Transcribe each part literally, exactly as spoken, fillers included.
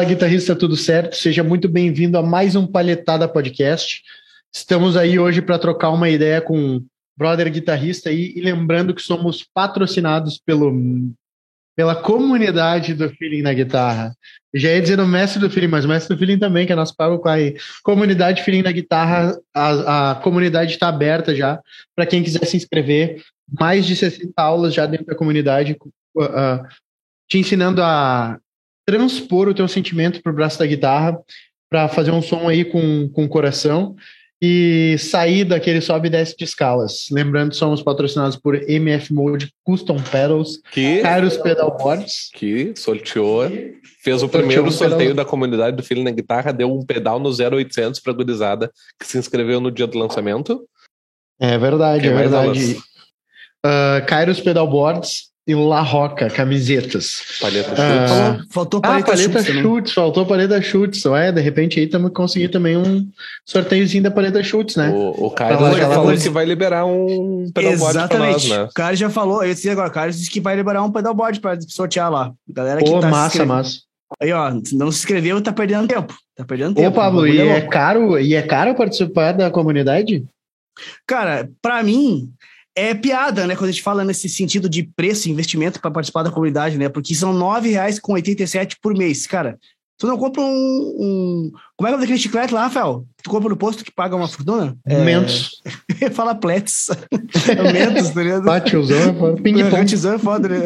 Fala, guitarrista, tudo certo? Seja muito bem-vindo a mais um Palhetada Podcast. Estamos aí hoje para trocar uma ideia com o brother guitarrista aí, e lembrando que somos patrocinados pelo, pela comunidade do Feeling na Guitarra. Eu já ia dizer o mestre do Feeling, mas o mestre do Feeling também, que é nosso pago com a comunidade Feeling na Guitarra. A, a comunidade está aberta já para quem quiser se inscrever. Mais de sessenta aulas já dentro da comunidade, uh, uh, te ensinando a transpor o teu sentimento para o braço da guitarra, para fazer um som aí com, com o coração e sair daquele sobe e desce de escalas. Lembrando, somos patrocinados por M F Mode Custom Pedals, que Kairos Pedalboards, que sorteou, fez o primeiro sorteio pedal da comunidade do Feeling na Guitarra, deu um pedal no zero oitocentos para a gurizada que se inscreveu no dia do lançamento. É verdade, Quem é mais verdade. Uh, Kairos Pedalboards e La Roca, camisetas. Palheta Uh, Chutes. Faltou ah, palheta, palheta chutes, chutes, faltou palheta chutes. É, de repente aí estamos conseguindo também um sorteiozinho da palheta chutes, né? O, o Caio Pra já lá, falou lá, que vai liberar um pedalboard pra nós, né? O cara já falou, eu disse agora, o cara disse que vai liberar um pedalboard pra sortear lá. Galera que Pô, tá massa, se massa. Aí, ó, se não se inscreveu, tá perdendo tempo. Tá perdendo tempo. Ô, Pablo, e é é caro, e é caro participar da comunidade? Cara, pra mim, é piada, né? Quando a gente fala nesse sentido de preço e investimento para participar da comunidade, né? Porque são nove reais e oitenta e sete centavos por mês. Cara, tu não compra um, um... Como é que é daquele chiclete lá, Rafael? Tu compra no posto que paga uma fortuna? Mentos. É... Fala Plets. Mentos, tá ligado? Patizão, ping-pong. Patizão é foda, né?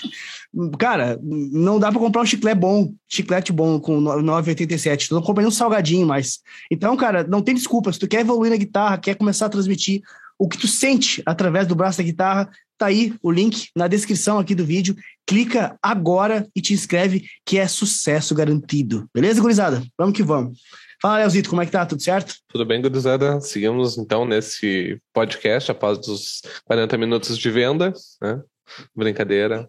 Cara, não dá pra comprar um chiclete bom, chiclete bom com nove reais e oitenta e sete centavos. Tu não compra nem um salgadinho mais. Então, cara, não tem desculpa. Se tu quer evoluir na guitarra, quer começar a transmitir o que tu sente através do braço da guitarra, tá aí o link na descrição aqui do vídeo. Clica agora e te inscreve, que é sucesso garantido. Beleza, gurizada? Vamos que vamos. Fala, Leozito, como é que tá? Tudo certo? Tudo bem, gurizada? Seguimos, então, nesse podcast após os quarenta minutos de venda, né? Brincadeira.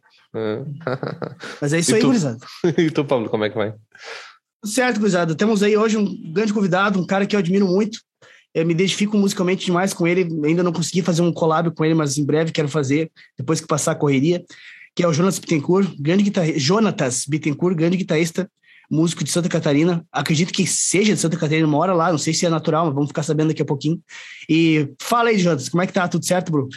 Mas é isso e aí, tu? gurizada. E tu, Pablo, como é que vai? Tudo certo, gurizada. Temos aí hoje um grande convidado, um cara que eu admiro muito. Eu me identifico musicalmente demais com ele, ainda não consegui fazer um collab com ele, mas em breve quero fazer, depois que passar a correria, que é o Jonas Bittencourt, grande guitarrista, Jonatas Bittencourt, grande guitarrista, músico de Santa Catarina, acredito que seja de Santa Catarina, mora lá, não sei se é natural, mas vamos ficar sabendo daqui a pouquinho. E fala aí, Jonas, como é que tá? Tudo certo, bro?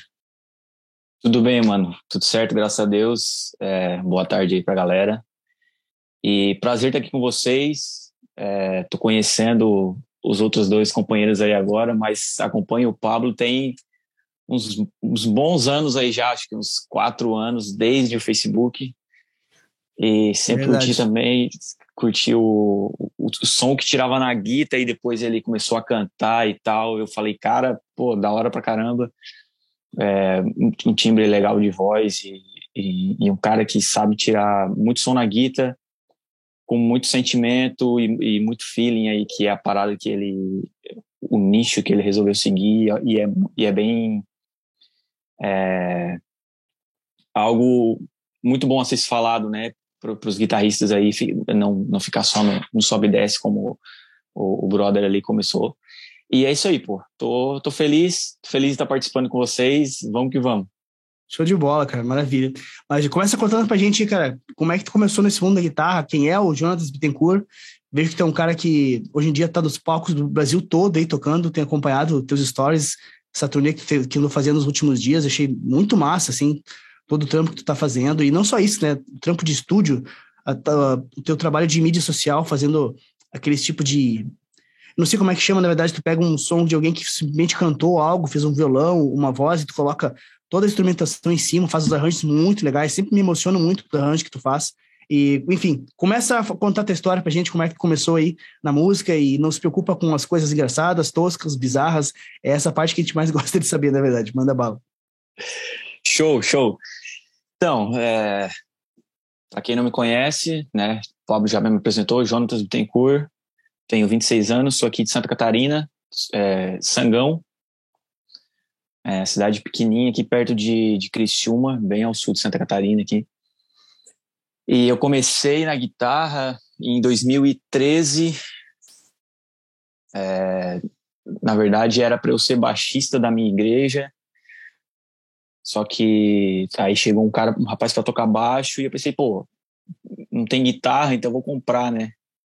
Tudo bem, mano, tudo certo, graças a Deus, é, boa tarde aí pra galera, e prazer estar aqui com vocês, é, tô conhecendo os outros dois companheiros aí agora, mas acompanho o Pablo tem uns, uns bons anos aí já, acho que uns quatro anos, desde o Facebook, e sempre Verdade. curti também, curti o, o, o som que tirava na guitarra, e depois ele começou a cantar e tal, eu falei, cara, pô, da hora pra caramba, é, um, um timbre legal de voz, e, e, e um cara que sabe tirar muito som na guitarra, com muito sentimento e, e muito feeling aí, que é a parada que ele, o nicho que ele resolveu seguir, e é, e é bem é, algo muito bom a ser falado, né, para os guitarristas aí, não, não ficar só no, no sobe e desce como o, o brother ali começou. E é isso aí, pô, tô, tô feliz, feliz de estar participando com vocês, vamos que vamos. Show de bola, cara, maravilha. Mas começa contando pra gente, cara, como é que tu começou nesse mundo da guitarra, quem é o Jonas Bittencourt? Vejo que tu é um cara que hoje em dia tá nos palcos do Brasil todo aí tocando, tem acompanhado teus stories, essa turnê que tu que andou fazendo nos últimos dias, achei muito massa, assim, todo o trampo que tu tá fazendo, e não só isso, né, o trampo de estúdio, a, a, o teu trabalho de mídia social, fazendo aquele tipo de... Não sei como é que chama, na verdade, tu pega um som de alguém que simplesmente cantou algo, fez um violão, uma voz, e tu coloca toda a instrumentação em cima, faz os arranjos muito legais, sempre me emociono muito com o arranjo que tu faz. E, enfim, começa a contar a tua história pra gente, como é que tu começou aí na música, e não se preocupa com as coisas engraçadas, toscas, bizarras. É essa parte que a gente mais gosta de saber, na verdade. Manda bala. Show, show. Então, é, pra quem não me conhece, né, o Pablo já me apresentou, Jonas Bittencourt, tenho vinte e seis anos, sou aqui de Santa Catarina, é, Sangão, é, cidade pequenininha aqui perto de, de Criciúma, bem ao sul de Santa Catarina aqui. E eu comecei na guitarra em dois mil e treze, é, na verdade era para eu ser baixista da minha igreja, só que aí chegou um cara, um rapaz para tocar baixo, e eu pensei, pô, não tem guitarra, então eu vou comprar, né?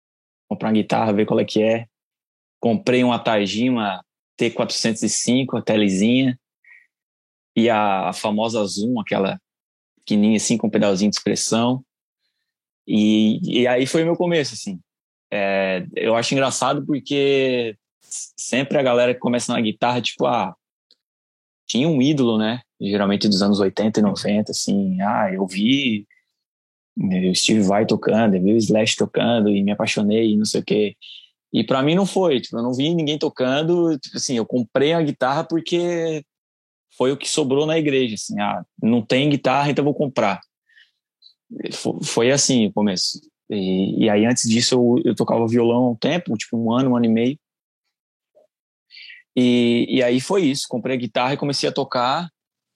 comprar uma guitarra, ver qual é que é. Comprei uma Tajima T quatrocentos e cinco, a telezinha, e a, a famosa Zoom, aquela pequenininha assim, com um pedalzinho de expressão. E, e aí foi o meu começo, assim. É, eu acho engraçado porque sempre a galera que começa na guitarra, tipo, ah, tinha um ídolo, né? Geralmente dos anos oitenta e noventa, assim, ah, eu vi o Steve Vai tocando, eu vi o Slash tocando e me apaixonei, não sei o quê. E pra mim não foi, tipo, eu não vi ninguém tocando, tipo assim, eu comprei a guitarra porque foi o que sobrou na igreja, assim, ah, não tem guitarra, então eu vou comprar. Foi assim o começo. E, e aí antes disso eu, eu tocava violão há um tempo, tipo um ano, um ano e meio. E, e aí foi isso, comprei a guitarra e comecei a tocar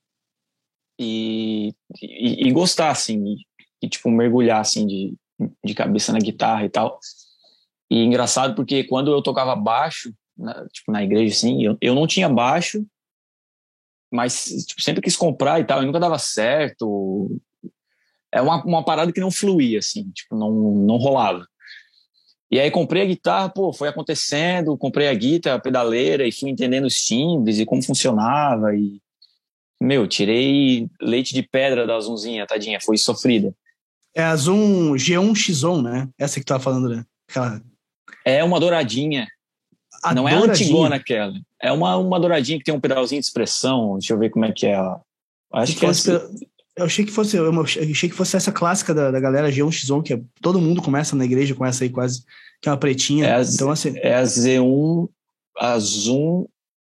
e, e, e gostar, assim, e, e tipo mergulhar, assim, de, de cabeça na guitarra e tal. E engraçado porque quando eu tocava baixo, na, tipo na igreja, assim, eu, eu não tinha baixo, mas tipo, sempre quis comprar e tal, e nunca dava certo. É uma, uma parada que não fluía, assim, tipo, não, não rolava. E aí comprei a guitarra, pô, foi acontecendo, comprei a guitarra, a pedaleira, e fui entendendo os timbres e como funcionava, e, meu, tirei leite de pedra da Zoomzinha, tadinha, foi sofrida. É a Zoom G um X um, né? Essa que tu tava falando, né? Aquela... É uma douradinha, A não é a douradinha? antigona aquela, é uma, uma douradinha que tem um pedalzinho de expressão, deixa eu ver como é que é, ó. Acho que é assim. Eu achei que fosse, eu achei que fosse essa clássica da, da galera G um X um, que é, todo mundo começa na igreja com essa aí quase, que é uma pretinha. É a, então, assim... é a Z um, a Zoom,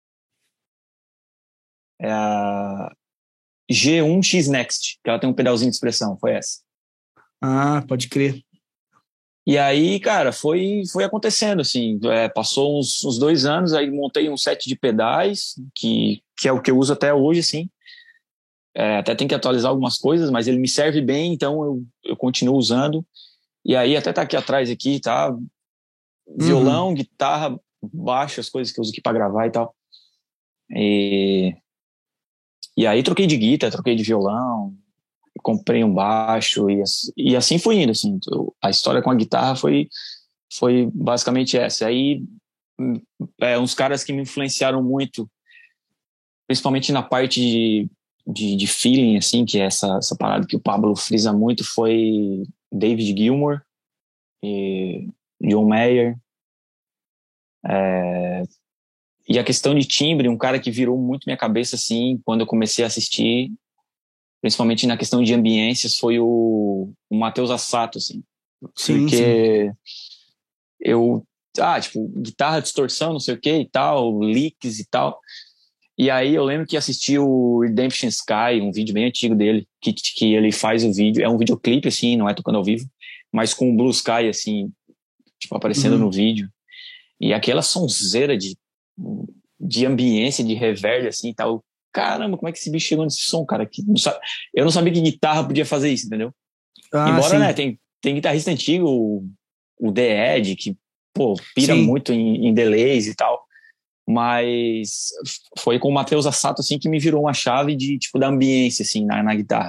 é a G um X Next, que ela tem um pedalzinho de expressão, foi essa. Ah, pode crer. E aí, cara, foi, foi acontecendo, assim, é, passou uns, uns dois anos, aí montei um set de pedais, que, que é o que eu uso até hoje, assim. É, até tem que atualizar algumas coisas, mas ele me serve bem, então eu, eu continuo usando. E aí, até tá aqui atrás, aqui, tá? Violão, Uhum. guitarra, baixo, as coisas que eu uso aqui pra gravar e tal. E, e aí troquei de guitarra, troquei de violão, comprei um baixo e, e assim foi indo, assim. A história com a guitarra foi, foi basicamente essa. Aí, é, uns caras que me influenciaram muito, principalmente na parte de, de, de feeling, assim, que é essa, essa parada que o Pablo frisa muito, foi David Gilmour e John Mayer. É, e a questão de timbre, um cara que virou muito minha cabeça, assim, quando eu comecei a assistir, principalmente na questão de ambiências, foi o, o Matheus Assato, assim. Sim, porque sim. eu, ah, tipo, guitarra, distorção, não sei o que e tal, licks e tal. E aí eu lembro que assisti o Redemption Sky, um vídeo bem antigo dele, que, que ele faz o vídeo, é um videoclipe, assim, não é tocando ao vivo, mas com o Blue Sky, assim, tipo, aparecendo uhum. no vídeo. E aquela sonzeira de, de ambiência, de reverb, assim, e tal. Caramba, como é que esse bicho chegou nesse som, cara? Que não sabe, eu não sabia que guitarra podia fazer isso, entendeu? Ah, Embora, sim. né, tem, tem guitarrista antigo, o, o The Ed, que, pô, pira sim. muito em, em delays e tal. Mas foi com o Matheus Assato, assim, que me virou uma chave de, tipo, da ambiência, assim, na, na guitarra.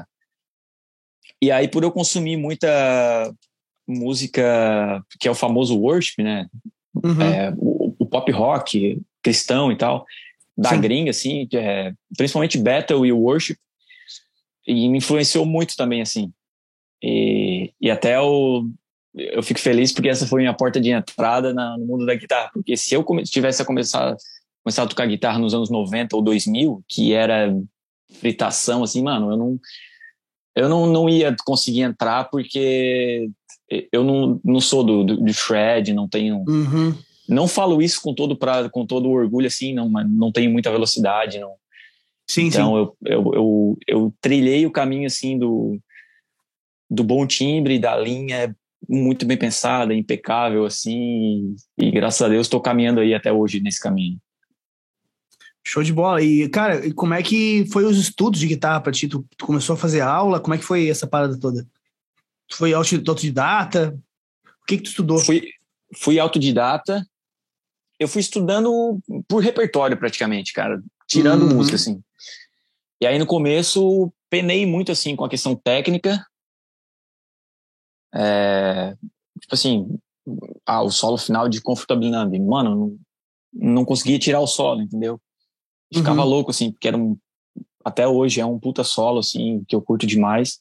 E aí, por eu consumir muita música que é o famoso worship, né? Uhum. É, o, o pop rock cristão e tal, da sim. gringa, assim, é, principalmente battle e worship, e me influenciou muito também, assim. E, e até eu, eu fico feliz porque essa foi minha porta de entrada na, no mundo da guitarra, porque se eu come, tivesse a começar, começar a tocar guitarra nos anos noventa ou dois mil, que era fritação, assim, mano, eu não, eu não, não ia conseguir entrar porque eu não, não sou do, do, do shred, não tenho... Uhum. Não falo isso com todo, pra, com todo orgulho, assim, não, mas não tenho muita velocidade, não. Sim, então sim. Eu, eu, eu, eu trilhei o caminho, assim, do, do bom timbre, da linha muito bem pensada, impecável, assim, e, e graças a Deus estou caminhando aí até hoje nesse caminho. Show de bola. E, cara, e como é que foi os estudos de guitarra pra ti? Tu, tu começou a fazer aula? Como é que foi essa parada toda? Tu foi autodidata? O que que tu estudou? Fui, fui autodidata. Eu fui estudando por repertório praticamente, cara, tirando uhum. música, assim. E aí no começo penei muito, assim, com a questão técnica. É, tipo assim, ah, o solo final de Comfortably Numb. Mano, não, não conseguia tirar o solo, entendeu? Ficava uhum. louco, assim, porque era um, até hoje é um puta solo, assim, que eu curto demais.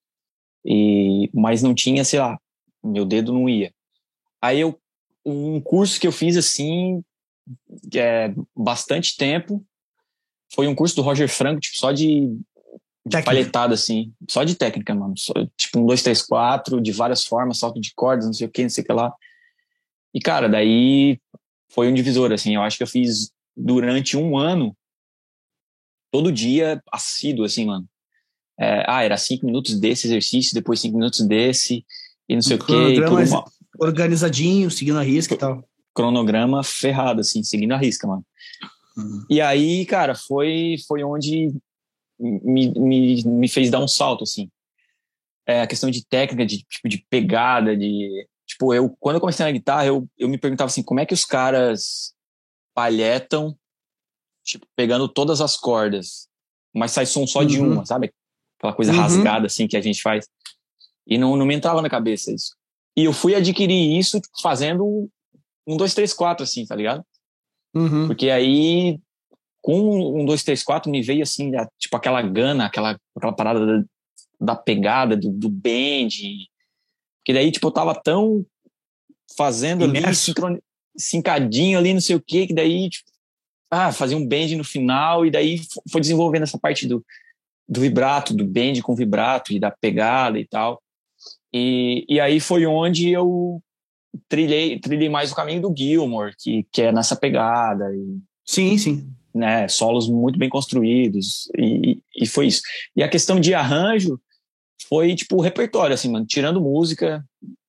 E, mas não tinha, sei lá, meu dedo não ia. Aí eu, um curso que eu fiz, assim, é, bastante tempo, foi um curso do Roger Franco, tipo, só de, de palhetada, assim, só de técnica, mano. Só, tipo, um, dois, três, quatro, de várias formas, salto de cordas, não sei o que, não sei o que lá. E, cara, daí foi um divisor, assim, eu acho que eu fiz durante um ano, todo dia, assíduo, assim, mano. É, ah, era cinco minutos desse exercício, depois cinco minutos desse, e não sei o quê. Por uma... organizadinho, seguindo a risca e tal. Cronograma ferrado, assim, seguindo a risca, mano. Uhum. E aí, cara, foi, foi onde me, me, me fez dar um salto, assim. É, a questão de técnica, de, tipo, de pegada, de... Tipo, eu, quando eu comecei na guitarra, eu, eu me perguntava assim, como é que os caras palhetam, tipo, pegando todas as cordas, mas sai som só uhum. de uma, sabe? Aquela coisa uhum. rasgada, assim, que a gente faz. E não, não me entrava na cabeça isso. E eu fui adquirir isso fazendo um, dois, três, quatro, assim, tá ligado? Uhum. Porque aí, com um, dois, três, quatro, me veio, assim, a, tipo, aquela gana, aquela, aquela parada da, da pegada, do, do bend. Porque daí, tipo, eu tava tão fazendo Imerso. ali, sincron... sincadinho ali, não sei o quê, que daí, tipo, ah, fazia um bend no final, e daí foi desenvolvendo essa parte do do vibrato, do bend com vibrato e da pegada e tal. E, e aí foi onde eu trilhei, trilhei mais o caminho do Gilmour, que, que é nessa pegada. E, sim, sim. Né, solos muito bem construídos. E, e foi isso. E a questão de arranjo foi tipo o repertório, assim, mano, tirando música,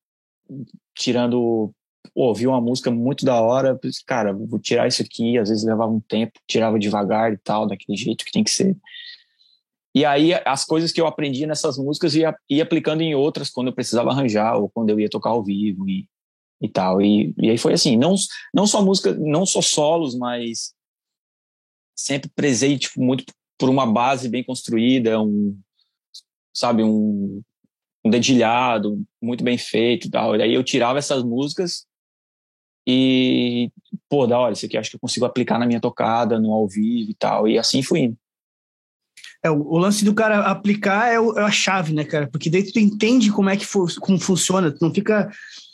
tirando... Pô, ouvi uma música muito da hora, cara, vou tirar isso aqui, às vezes levava um tempo, tirava devagar e tal, daquele jeito que tem que ser. E aí as coisas que eu aprendi nessas músicas ia, ia aplicando em outras quando eu precisava arranjar ou quando eu ia tocar ao vivo e, e tal. E, e aí foi assim, não, não só música, não só solos, mas sempre prezei tipo, muito por uma base bem construída, um, sabe, um, um dedilhado muito bem feito e tal. E aí eu tirava essas músicas e, pô, da hora, isso aqui acho que eu consigo aplicar na minha tocada, no ao vivo e tal. E assim fui indo. É, o, o lance do cara aplicar é, o, é a chave, né, cara? Porque daí tu entende como é que for, como funciona, tu não fica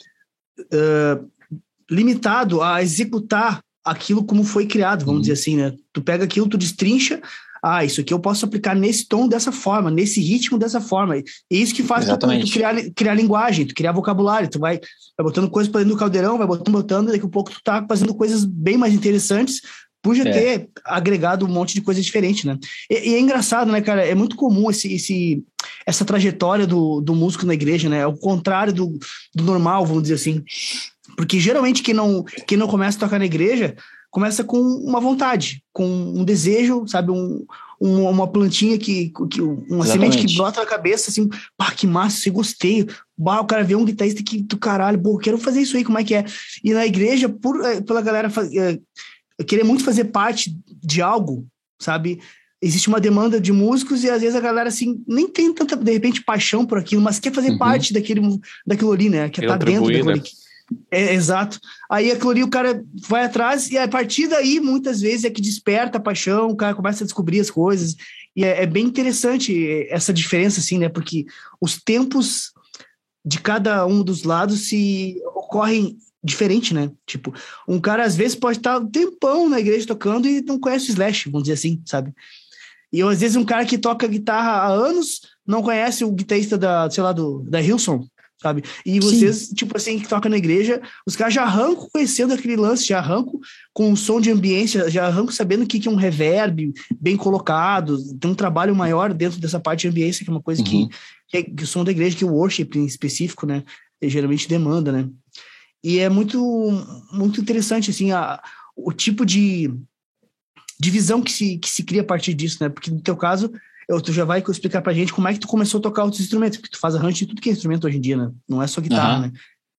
uh, limitado a executar aquilo como foi criado, vamos uhum. dizer assim, né? Tu pega aquilo, tu destrincha, ah, isso aqui eu posso aplicar nesse tom dessa forma, nesse ritmo dessa forma. E é isso que faz tu, tu criar, criar linguagem, tu criar vocabulário, tu vai, vai botando coisas para dentro do caldeirão, vai botando, botando, e daqui a pouco tu tá fazendo coisas bem mais interessantes por já é. ter agregado um monte de coisa diferente, né? E, e é engraçado, né, cara? É muito comum esse, esse, essa trajetória do, do músico na igreja, né? É o contrário do, do normal, vamos dizer assim. Porque geralmente quem não, quem não começa a tocar na igreja começa com uma vontade, com um desejo, sabe? Um, um, uma plantinha, que, que uma Exatamente. semente que brota na cabeça, assim, pá, que massa, se gostei. Bah, o cara vê um guitarrista que do caralho, pô, quero fazer isso aí, como é que é? E na igreja, por, pela galera fazer... querer muito fazer parte de algo, sabe? Existe uma demanda de músicos e às vezes a galera, assim, nem tem tanta, de repente, paixão por aquilo, mas quer fazer uhum. parte daquele, daquilo ali, né? Quer estar tá dentro daquilo ali. É, exato. Aí aquilo ali o cara vai atrás e a partir daí, muitas vezes, é que desperta a paixão, o cara começa a descobrir as coisas. E é, é bem interessante essa diferença, assim, né? Porque os tempos de cada um dos lados se ocorrem diferente, né? Tipo, um cara às vezes pode estar um tempão na igreja tocando e não conhece o Slash, vamos dizer assim, sabe? E às vezes um cara que toca guitarra há anos não conhece o guitarrista da, sei lá, do, da Hillsong, sabe? E vocês, Sim. tipo assim, que toca na igreja, os caras já arrancam conhecendo aquele lance, já arrancam com um som de ambiência, já arrancam sabendo o que é um reverb bem colocado, tem um trabalho maior dentro dessa parte de ambiência, que é uma coisa uhum. que, que, é, que o som da igreja, que o worship em específico, né, geralmente demanda, né? E é muito, muito interessante, assim, a, o tipo de, de visão que se, que se cria a partir disso, né? Porque no teu caso, eu, tu já vai explicar pra gente como é que tu começou a tocar outros instrumentos, porque tu faz arranjo de tudo que é instrumento hoje em dia, né? Não é só guitarra, uhum. né?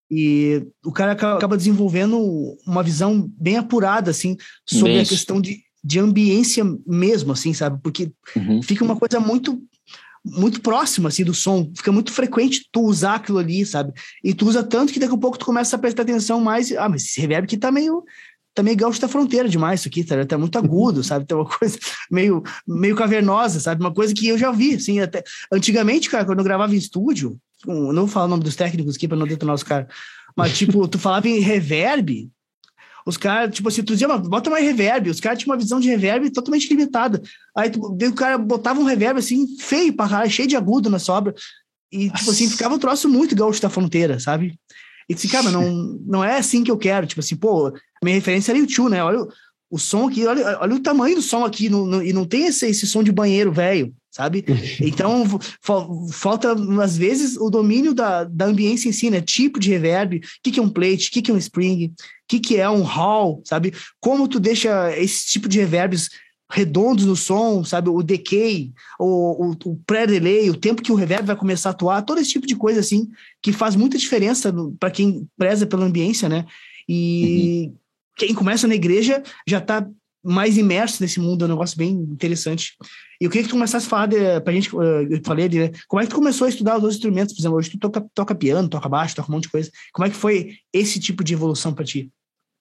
E o cara acaba desenvolvendo uma visão bem apurada, assim, sobre bem a questão de, de ambiência mesmo, assim, sabe? Porque uhum. fica uma coisa muito... muito próximo, assim, do som. Fica muito frequente tu usar aquilo ali, sabe? E tu usa tanto que daqui a pouco tu começa a prestar atenção mais. Ah, mas esse reverb aqui tá meio... Tá meio gaúcho da fronteira demais isso aqui, tá, tá muito agudo, sabe? Tem uma coisa meio, meio cavernosa, sabe? Uma coisa que eu já vi, assim, até... Antigamente, cara, quando eu gravava em estúdio, não vou falar o nome dos técnicos aqui pra não detonar os caras, mas, tipo, tu falava em reverb, os caras, tipo assim, tu dizia, bota mais reverb, os caras tinham uma visão de reverb totalmente limitada. Aí tu, o cara botava um reverb, assim, feio pra caralho, cheio de agudo na sobra, e, tipo assim, ficava um troço muito gaúcho da fronteira, sabe? E disse, cara, não, não é assim que eu quero. Tipo assim, pô, a minha referência era U dois, né? Olha o, o som aqui, olha, olha o tamanho do som aqui, no, no, e não tem esse, esse som de banheiro velho, sabe? Então, falta, às vezes, o domínio da, da ambiência em si, né? Tipo de reverb, o que, que é um plate, o que, que é um spring, o que, que é um hall, sabe? Como tu deixa esse tipo de reverbs redondos no som, sabe, o decay, o, o, o pré-delay, o tempo que o reverb vai começar a atuar, todo esse tipo de coisa, assim, que faz muita diferença para quem preza pela ambiência, né, e uhum. Quem começa na igreja já tá mais imerso nesse mundo, é um negócio bem interessante. E eu queria que tu começasse a falar, de, pra gente, eu falei, de, né, como é que tu começou a estudar os outros instrumentos, por exemplo, hoje tu toca, toca piano, toca baixo, toca um monte de coisa, como é que foi esse tipo de evolução para ti?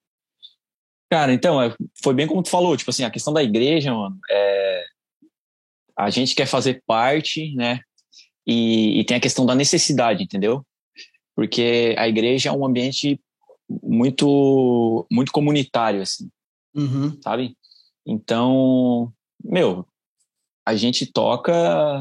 Cara, então, foi bem como tu falou, tipo assim, a questão da igreja, mano, é... a gente quer fazer parte, né, e, e tem a questão da necessidade, entendeu? Porque a igreja é um ambiente muito, muito comunitário, assim, uhum. sabe? Então, meu, a gente toca,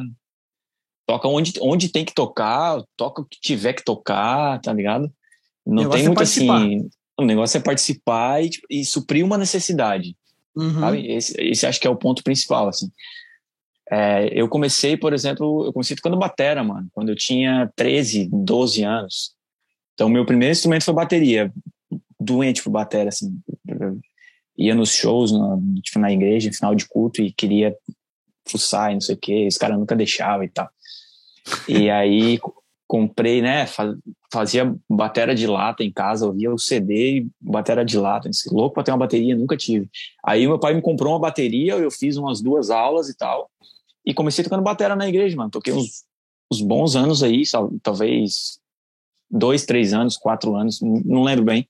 toca onde, onde tem que tocar, toca o que tiver que tocar, tá ligado? Não tem muito assim... O negócio é participar e, e suprir uma necessidade, uhum. sabe? Esse, esse acho que é o ponto principal, assim. É, eu comecei, por exemplo, eu comecei tocando batera, mano, quando eu tinha treze, doze anos. Então, meu primeiro instrumento foi bateria. Doente por batera, assim. Eu ia nos shows, na, tipo, na igreja, final de culto, e queria fuçar e não sei o quê. Os caras nunca deixavam e tal. E aí... comprei, né, fazia batera de lata em casa, ouvia o C D e batera de lata, disse, louco pra ter uma bateria, nunca tive. Aí meu pai me comprou uma bateria, eu fiz umas duas aulas e tal, e comecei tocando batera na igreja, mano, toquei uns, uns bons anos aí, talvez dois, três anos, quatro anos, não lembro bem.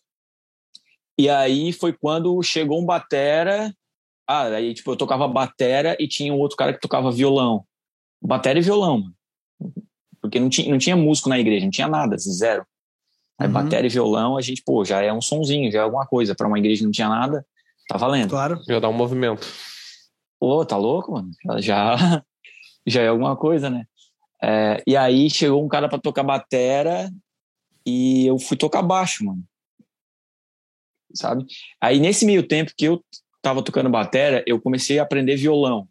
E aí foi quando chegou um batera, ah, aí tipo, eu tocava batera e tinha um outro cara que tocava violão, batera e violão, mano. Porque não tinha, não tinha músico na igreja, não tinha nada, zero. Aí uhum. Bateria e violão, a gente, pô, já é um sonzinho, já é alguma coisa. Pra uma igreja que não tinha nada, tá valendo. Claro. Já dá um movimento. Pô, tá louco, mano? Já, já é alguma coisa, né? É, e aí chegou um cara pra tocar batera e eu fui tocar baixo, mano. Sabe? Aí nesse meio tempo que eu tava tocando batera, eu comecei a aprender violão.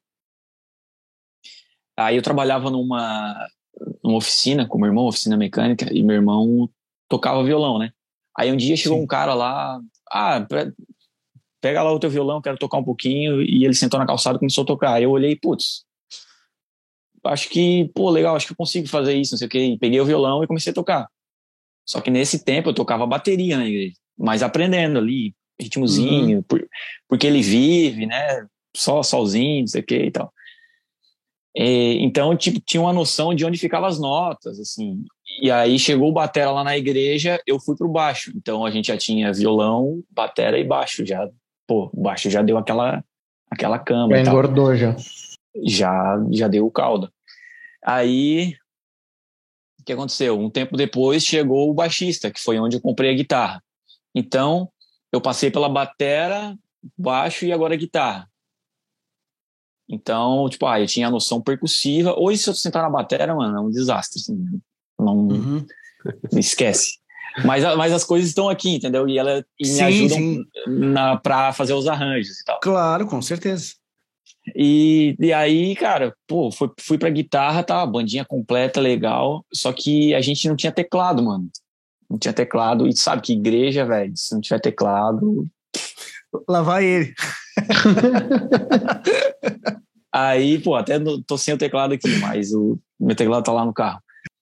Aí eu trabalhava numa... numa oficina com meu irmão, oficina mecânica, e meu irmão tocava violão, né? Aí um dia chegou Sim. um cara lá, ah, pega lá o teu violão, quero tocar um pouquinho, e ele sentou na calçada e começou a tocar. Aí eu olhei, putz, acho que, pô, legal, acho que eu consigo fazer isso, não sei o quê, e peguei o violão e comecei a tocar. Só que nesse tempo eu tocava bateria na igreja, mas aprendendo ali, ritmozinho, uhum. por, porque ele vive, né, só sozinho, não sei o quê e tal. E, então, tipo, tinha uma noção de onde ficavam as notas, assim. E aí chegou o batera lá na igreja, eu fui pro baixo. Então a gente já tinha violão, batera e baixo. Já, pô, o baixo já deu aquela, aquela cama. Já engordou, já. Já, já deu o caldo. Aí, o que aconteceu? Um tempo depois chegou o baixista, que foi onde eu comprei a guitarra. Então, eu passei pela batera, baixo e agora a guitarra. Então, tipo, ah, eu tinha a noção percussiva. Hoje, se eu sentar na bateria, mano, é um desastre. Assim, não uhum. me esquece. Mas, mas as coisas estão aqui, entendeu? E ela e me sim, ajudam sim. Na, pra fazer os arranjos e tal. Claro, com certeza. E, e aí, cara, pô, fui, fui pra guitarra, tá? Bandinha completa, legal. Só que a gente não tinha teclado, mano. Não tinha teclado. E sabe que igreja, velho, se não tiver teclado... Lá vai ele. Aí, pô, até no, tô sem o teclado aqui, mas o meu teclado tá lá no carro.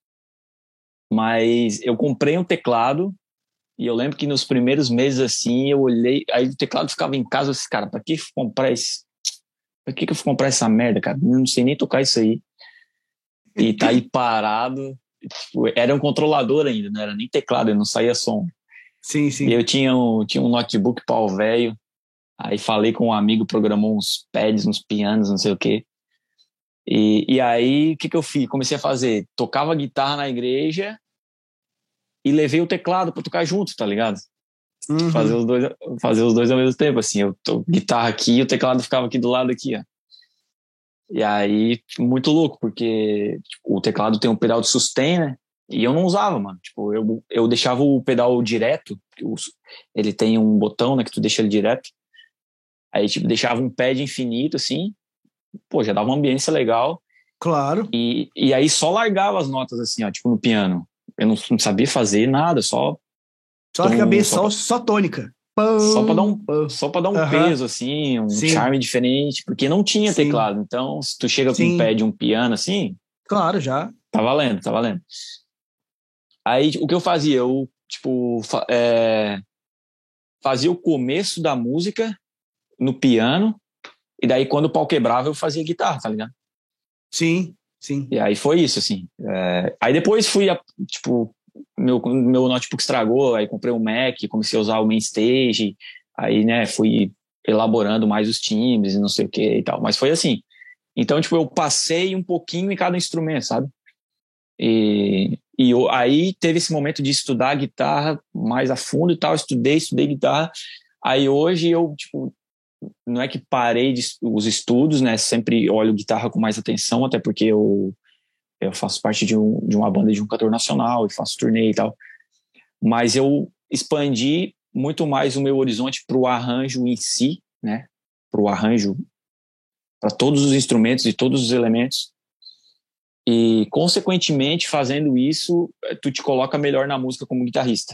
Mas eu comprei um teclado e eu lembro que nos primeiros meses, assim, eu olhei, aí o teclado ficava em casa, eu disse, cara, pra que comprar esse... Pra que que eu fui comprar essa merda, cara? Eu não sei nem tocar isso aí. e tá aí parado. Tipo, era um controlador ainda, não era nem teclado, não saía som. Sim, sim. E eu tinha um, tinha um notebook pau velho, aí falei com um amigo, programou uns pads, uns pianos, não sei o quê. E, e aí, o que que eu fiz? Comecei a fazer, tocava guitarra na igreja e levei o teclado pra tocar junto, tá ligado? Uhum. Fazer os dois, fazer os dois ao mesmo tempo, assim, eu tô guitarra aqui e o teclado ficava aqui do lado aqui, ó. E aí, muito louco, porque tipo, o teclado tem um pedal de sustain, né? E eu não usava, mano. Tipo, eu, eu deixava o pedal direto, ele tem um botão, né, que tu deixa ele direto. Aí, tipo, deixava um pad infinito, assim. Pô, já dava uma ambiência legal. Claro. E, e aí só largava as notas, assim, ó, tipo, no piano. Eu não, não sabia fazer nada, só... Só a cabeça, só, só, só tônica. Só pra dar um, só pra dar um uhum. peso, assim, um Sim. charme diferente, porque não tinha Sim. teclado. Então, se tu chega Sim. com um pad, um piano, assim... Claro, já. Tá valendo, tá valendo. Aí, o que eu fazia? Eu, tipo, é, fazia o começo da música no piano, e daí, quando o pau quebrava, eu fazia guitarra, tá ligado? Sim, sim. E aí foi isso, assim. É, aí depois fui, tipo... Meu, meu notebook estragou, aí comprei um Mac, comecei a usar o Mainstage, aí, né, fui elaborando mais os timbres e não sei o que e tal, mas foi assim. Então, tipo, eu passei um pouquinho em cada instrumento, sabe? E, e eu, aí teve esse momento de estudar guitarra mais a fundo e tal, estudei, estudei guitarra, aí hoje eu, tipo, não é que parei de, os estudos, né, sempre olho guitarra com mais atenção, até porque eu eu faço parte de, um, de uma banda de um cantor nacional e faço turnê e tal, mas eu expandi muito mais o meu horizonte para o arranjo em si, né, para o arranjo para todos os instrumentos e todos os elementos, e consequentemente fazendo isso tu te coloca melhor na música como guitarrista,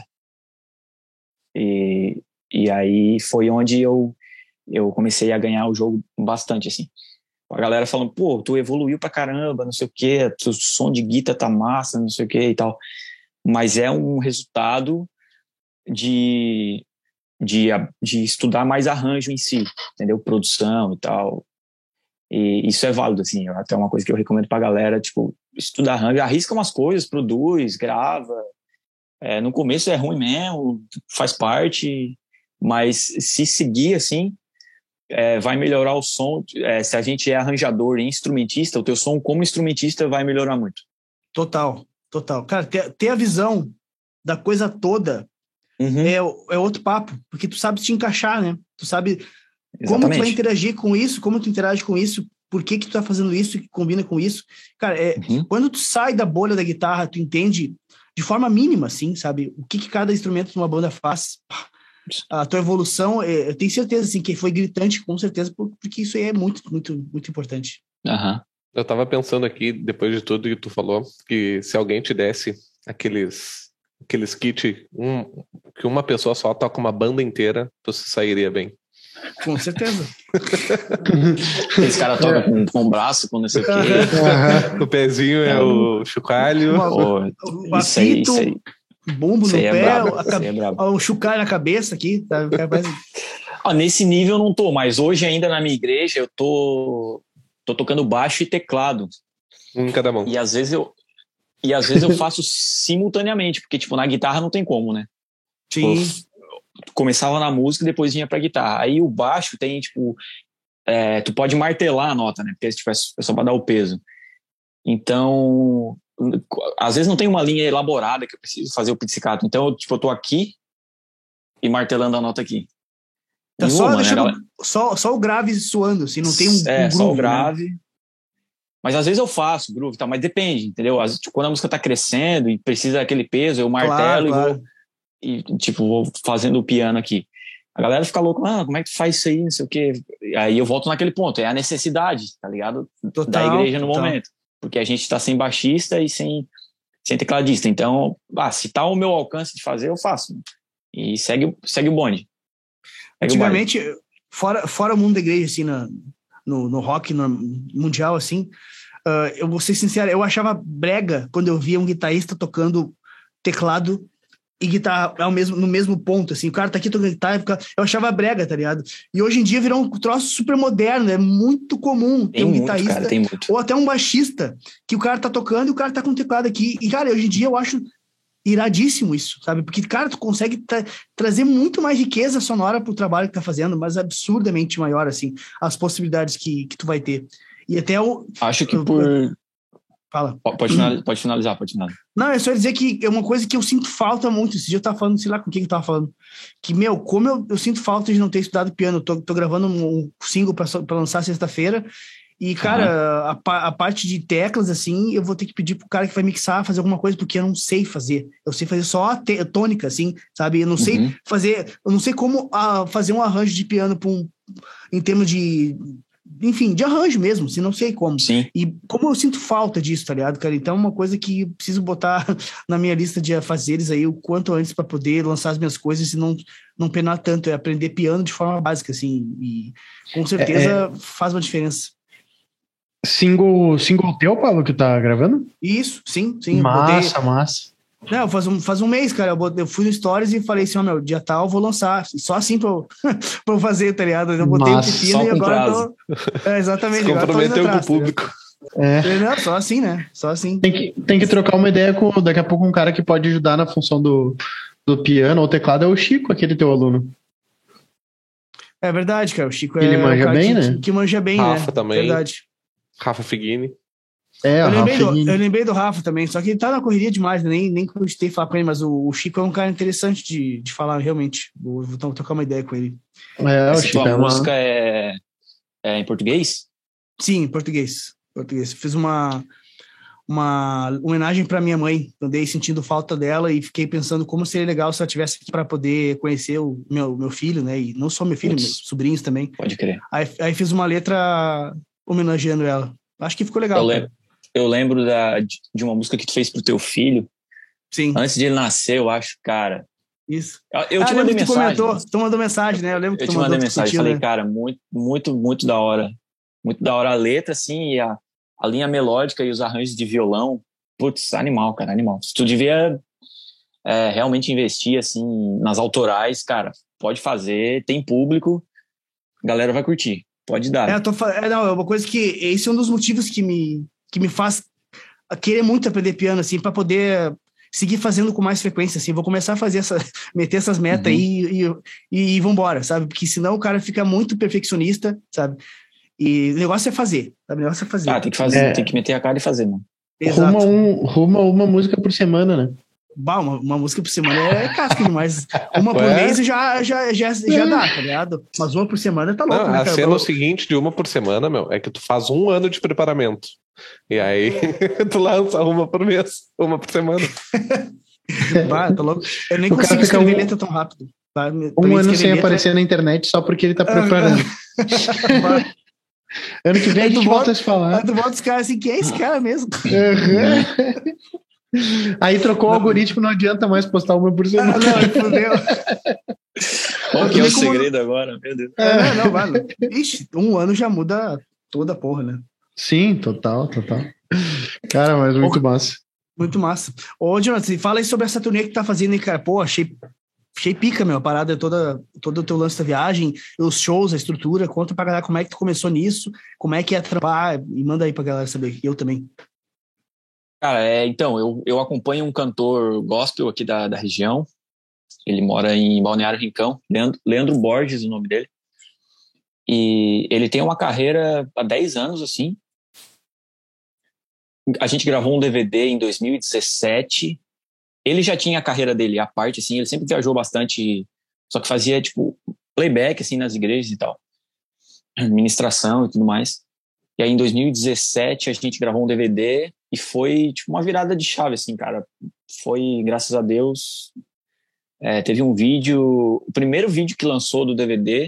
e, e aí foi onde eu, eu comecei a ganhar o jogo bastante, assim. A galera falando, pô, tu evoluiu pra caramba, não sei o quê, o som de guitarra tá massa, não sei o quê e tal. Mas é um resultado de, de, de estudar mais arranjo em si, entendeu? Produção e tal. E isso é válido, assim, até uma coisa que eu recomendo pra galera, tipo, estuda arranjo, arrisca umas coisas, produz, grava. É, no começo é ruim mesmo, faz parte, mas se seguir, assim, É, vai melhorar o som. É, se a gente é arranjador e instrumentista, o teu som como instrumentista vai melhorar muito. Total, total. Cara, ter, ter a visão da coisa toda uhum. é, é outro papo, porque tu sabe te encaixar, né? Tu sabe Exatamente. Como tu vai interagir com isso, como tu interage com isso, por que que tu tá fazendo isso, que combina com isso. Cara, é, uhum. quando tu sai da bolha da guitarra, tu entende de forma mínima, assim, sabe? O que que cada instrumento numa banda faz. A tua evolução, eu tenho certeza assim, que foi gritante, com certeza, porque isso aí é muito, muito, muito importante. Uhum. Eu tava pensando aqui, depois de tudo que tu falou, que se alguém te desse aqueles, aqueles kits, um, que uma pessoa só toca uma banda inteira, tu se sairia bem. Com certeza. Esse cara toca é. com, com o braço, com não sei o quê. Uhum. O pezinho é, é o chocalho. O, o isso aí, isso aí. Bumbo no é pé, brabo, a, a, o chucar na cabeça aqui. Tá? Ah, nesse nível eu não tô, mas hoje ainda na minha igreja eu tô, tô tocando baixo e teclado. Um em cada mão. E às vezes eu, e às vezes eu faço simultaneamente, porque tipo, na guitarra não tem como, né? Sim. Eu começava na música e depois vinha pra guitarra. Aí o baixo tem, tipo, é, tu pode martelar a nota, né? Porque tipo, é só pra dar o peso. Então... às vezes não tem uma linha elaborada que eu preciso fazer o pizzicato, então eu, tipo, eu tô aqui e martelando a nota aqui. Tá só, uma, deixando, né, só, só o grave suando, assim, não tem um, é, um groove, só o grave. Né? Mas às vezes eu faço groove, tá, mas depende, entendeu? Às vezes, tipo, quando a música tá crescendo e precisa daquele peso, eu martelo claro, e claro. vou e, tipo, vou fazendo o piano aqui. A galera fica louca, ah, como é que tu faz isso aí, não sei o quê. Aí eu volto naquele ponto, é a necessidade, tá ligado? Total, da igreja no total. momento. Porque a gente tá sem baixista e sem, sem tecladista. Então, ah, se tá ao meu alcance de fazer, eu faço. E segue, segue o bonde. Segue Antigamente, o bonde. fora, fora o mundo da igreja, assim, na, no, no rock no, mundial, assim, uh, eu vou ser sincero, eu achava brega quando eu via um guitarrista tocando teclado e guitarra é o mesmo, no mesmo ponto, assim, o cara tá aqui tocando guitarra, fica, eu achava brega, tá ligado? E hoje em dia virou um troço super moderno, é muito comum ter Tem um muito, guitarrista cara, tem muito. ou até um baixista que o cara tá tocando e o cara tá com o teclado aqui, e cara, hoje em dia eu acho iradíssimo isso, sabe? Porque, cara, tu consegue tra- trazer muito mais riqueza sonora pro trabalho que tá fazendo, mas absurdamente maior, assim, as possibilidades que, que tu vai ter. E até o... Acho que eu- por... Fala. Pode finalizar, pode finalizar, pode finalizar. Não, é só dizer que é uma coisa que eu sinto falta muito. Esse dia eu tava falando, sei lá com quem que eu tava falando. Que, meu, como eu, eu sinto falta de não ter estudado piano. Tô, tô gravando um single pra, pra lançar sexta-feira. E, cara, uhum. a, a parte de teclas, assim, eu vou ter que pedir pro cara que vai mixar, fazer alguma coisa, porque eu não sei fazer. Eu sei fazer só a, te, a tônica, assim, sabe? Eu não sei uhum. fazer... Eu não sei como a, fazer um arranjo de piano pra um, em termos de... Enfim, de arranjo mesmo, se não sei como. Sim. E como eu sinto falta disso, tá ligado, cara? Então é uma coisa que preciso botar na minha lista de afazeres aí o quanto antes para poder lançar as minhas coisas e não, não penar tanto. É aprender piano de forma básica, assim. E com certeza é, é... faz uma diferença. Single, single teu, Paulo, que tá gravando? Isso, sim, sim. Massa, botei... massa. Não, faz um, faz um mês, cara, eu, botei, eu fui no Stories e falei assim, ó, oh, meu, dia tal eu vou lançar, só assim pra eu, pra eu fazer, tá ligado? Eu botei Massa, o pepino e agora tô... É, exatamente. Se comprometeu com o público. É. Não, só assim, né? Só assim. Tem que, tem que trocar uma ideia com, daqui a pouco, um cara que pode ajudar na função do, do piano ou teclado é o Chico, aquele teu aluno. É verdade, cara, o Chico Ele é manja o cara bem, que, né? que, que manja bem, Rafa né? Rafa também. Verdade. Rafa Figuini. É, eu, lembrei Rafa do, eu lembrei do Rafa também, só que ele tá na correria demais, né? nem, nem cogitei falar com ele, mas o, o Chico é um cara interessante de, de falar, realmente. Vou, vou trocar uma ideia com ele. É, o Essa Chico tua é uma... música é, é em português? Sim, em português. português. Fiz uma, uma homenagem para minha mãe. Andei sentindo falta dela e fiquei pensando como seria legal se ela tivesse aqui para poder conhecer o meu, meu filho, né? E não só meu filho, Putz, meus sobrinhos também. Pode crer. Aí, aí fiz uma letra homenageando ela. Acho que ficou legal. Eu lembro. Eu lembro da, de uma música que tu fez pro teu filho. Sim. Antes de ele nascer, eu acho, cara. Isso. Eu, eu ah, te mandei que tu mensagem. Comentou, tu mandou mensagem, né? Eu lembro que eu tu te mandou mandei mensagem. Discutiu, falei, né? cara, muito, muito, muito da hora. Muito da hora a letra, assim, e a, a linha melódica e os arranjos de violão. Putz, animal, cara, animal. Se tu devia é, realmente investir, assim, nas autorais, cara, pode fazer, tem público, a galera vai curtir. Pode dar. É, eu tô, é, não, é uma coisa que... Esse é um dos motivos que me, que me faz querer muito aprender piano, assim, para poder seguir fazendo com mais frequência, assim. Vou começar a fazer essa... meter essas metas uhum. aí e, e, e vambora, sabe? Porque senão o cara fica muito perfeccionista, sabe? E o negócio é fazer, sabe? O negócio é fazer. Ah, tem que fazer, é. tem que meter a cara e fazer, mano. Exato. Ruma, um, ruma uma música por semana, né? Bah, uma, uma música por semana é casca demais. Uma por é? mês já, já, já, já dá, tá ligado? Mas uma por semana tá louco, Não, né, a cara? cena é o seguinte de uma por semana, meu, é que tu faz um ano de preparamento. E aí tu lança uma por mês, uma por semana. Bah, tá louco. Eu nem o consigo escrever um, letra tão rápido. Tá? Um ano sem letra... aparecer na internet só porque ele tá preparando. Ano que vem a gente volta a se falar. Aí tu volta os caras assim, quem é esse cara mesmo? Uhum. Aí trocou não. o algoritmo, não adianta mais postar uma por semana. Ah, não, fudeu. Qual que é o como... segredo agora? Meu Deus. É, não, vale. Ixi, um ano já muda toda a porra, né? Sim, total, total. Cara, mas muito porra. massa. Muito massa. Ô, Jonathan, fala aí sobre essa turnê que tu tá fazendo aí, cara. Pô, achei, achei pica, meu. A parada toda, todo o teu lance da viagem, os shows, a estrutura. Conta pra galera como é que tu começou nisso, como é que é trampar, e manda aí pra galera saber. Eu também. Cara, é, então, eu, eu acompanho um cantor gospel aqui da, da região. Ele mora em Balneário Rincão, Leandro, Leandro Borges, o nome dele. E ele tem uma carreira há dez anos, assim. A gente gravou um D V D em dois mil e dezessete. Ele já tinha a carreira dele à parte, assim. Ele sempre viajou bastante, só que fazia, tipo, playback, assim, nas igrejas e tal. Administração e tudo mais. E aí, em dois mil e dezessete, a gente gravou um D V D e foi, tipo, uma virada de chave, assim, cara. Foi, graças a Deus, é, teve um vídeo... O primeiro vídeo que lançou do D V D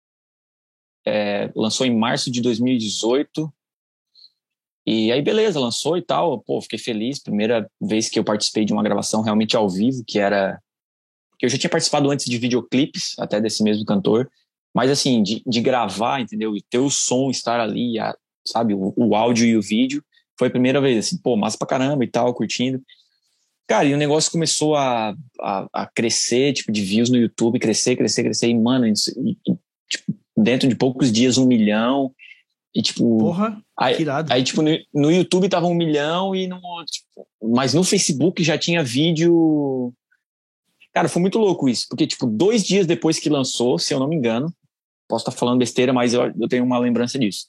é, lançou em março de dois mil e dezoito. E aí, beleza, lançou e tal. Pô, fiquei feliz. Primeira vez que eu participei de uma gravação realmente ao vivo, que era... que eu já tinha participado antes de videoclipes, até desse mesmo cantor. Mas, assim, de, de gravar, entendeu? E ter o som estar ali, a, sabe? O, o áudio e o vídeo. Foi a primeira vez, assim, pô, massa pra caramba e tal, curtindo. Cara, e o negócio começou a, a, a crescer, tipo, de views no YouTube, crescer, crescer, crescer, e, mano, isso, e, e, tipo, dentro de poucos dias, um milhão, e, tipo... Porra, aí, que irado. aí, tipo, no, no YouTube tava um milhão, e no, tipo, mas no Facebook já tinha vídeo... Cara, foi muito louco isso, porque, tipo, dois dias depois que lançou, se eu não me engano, posso estar falando besteira, mas eu, eu tenho uma lembrança disso.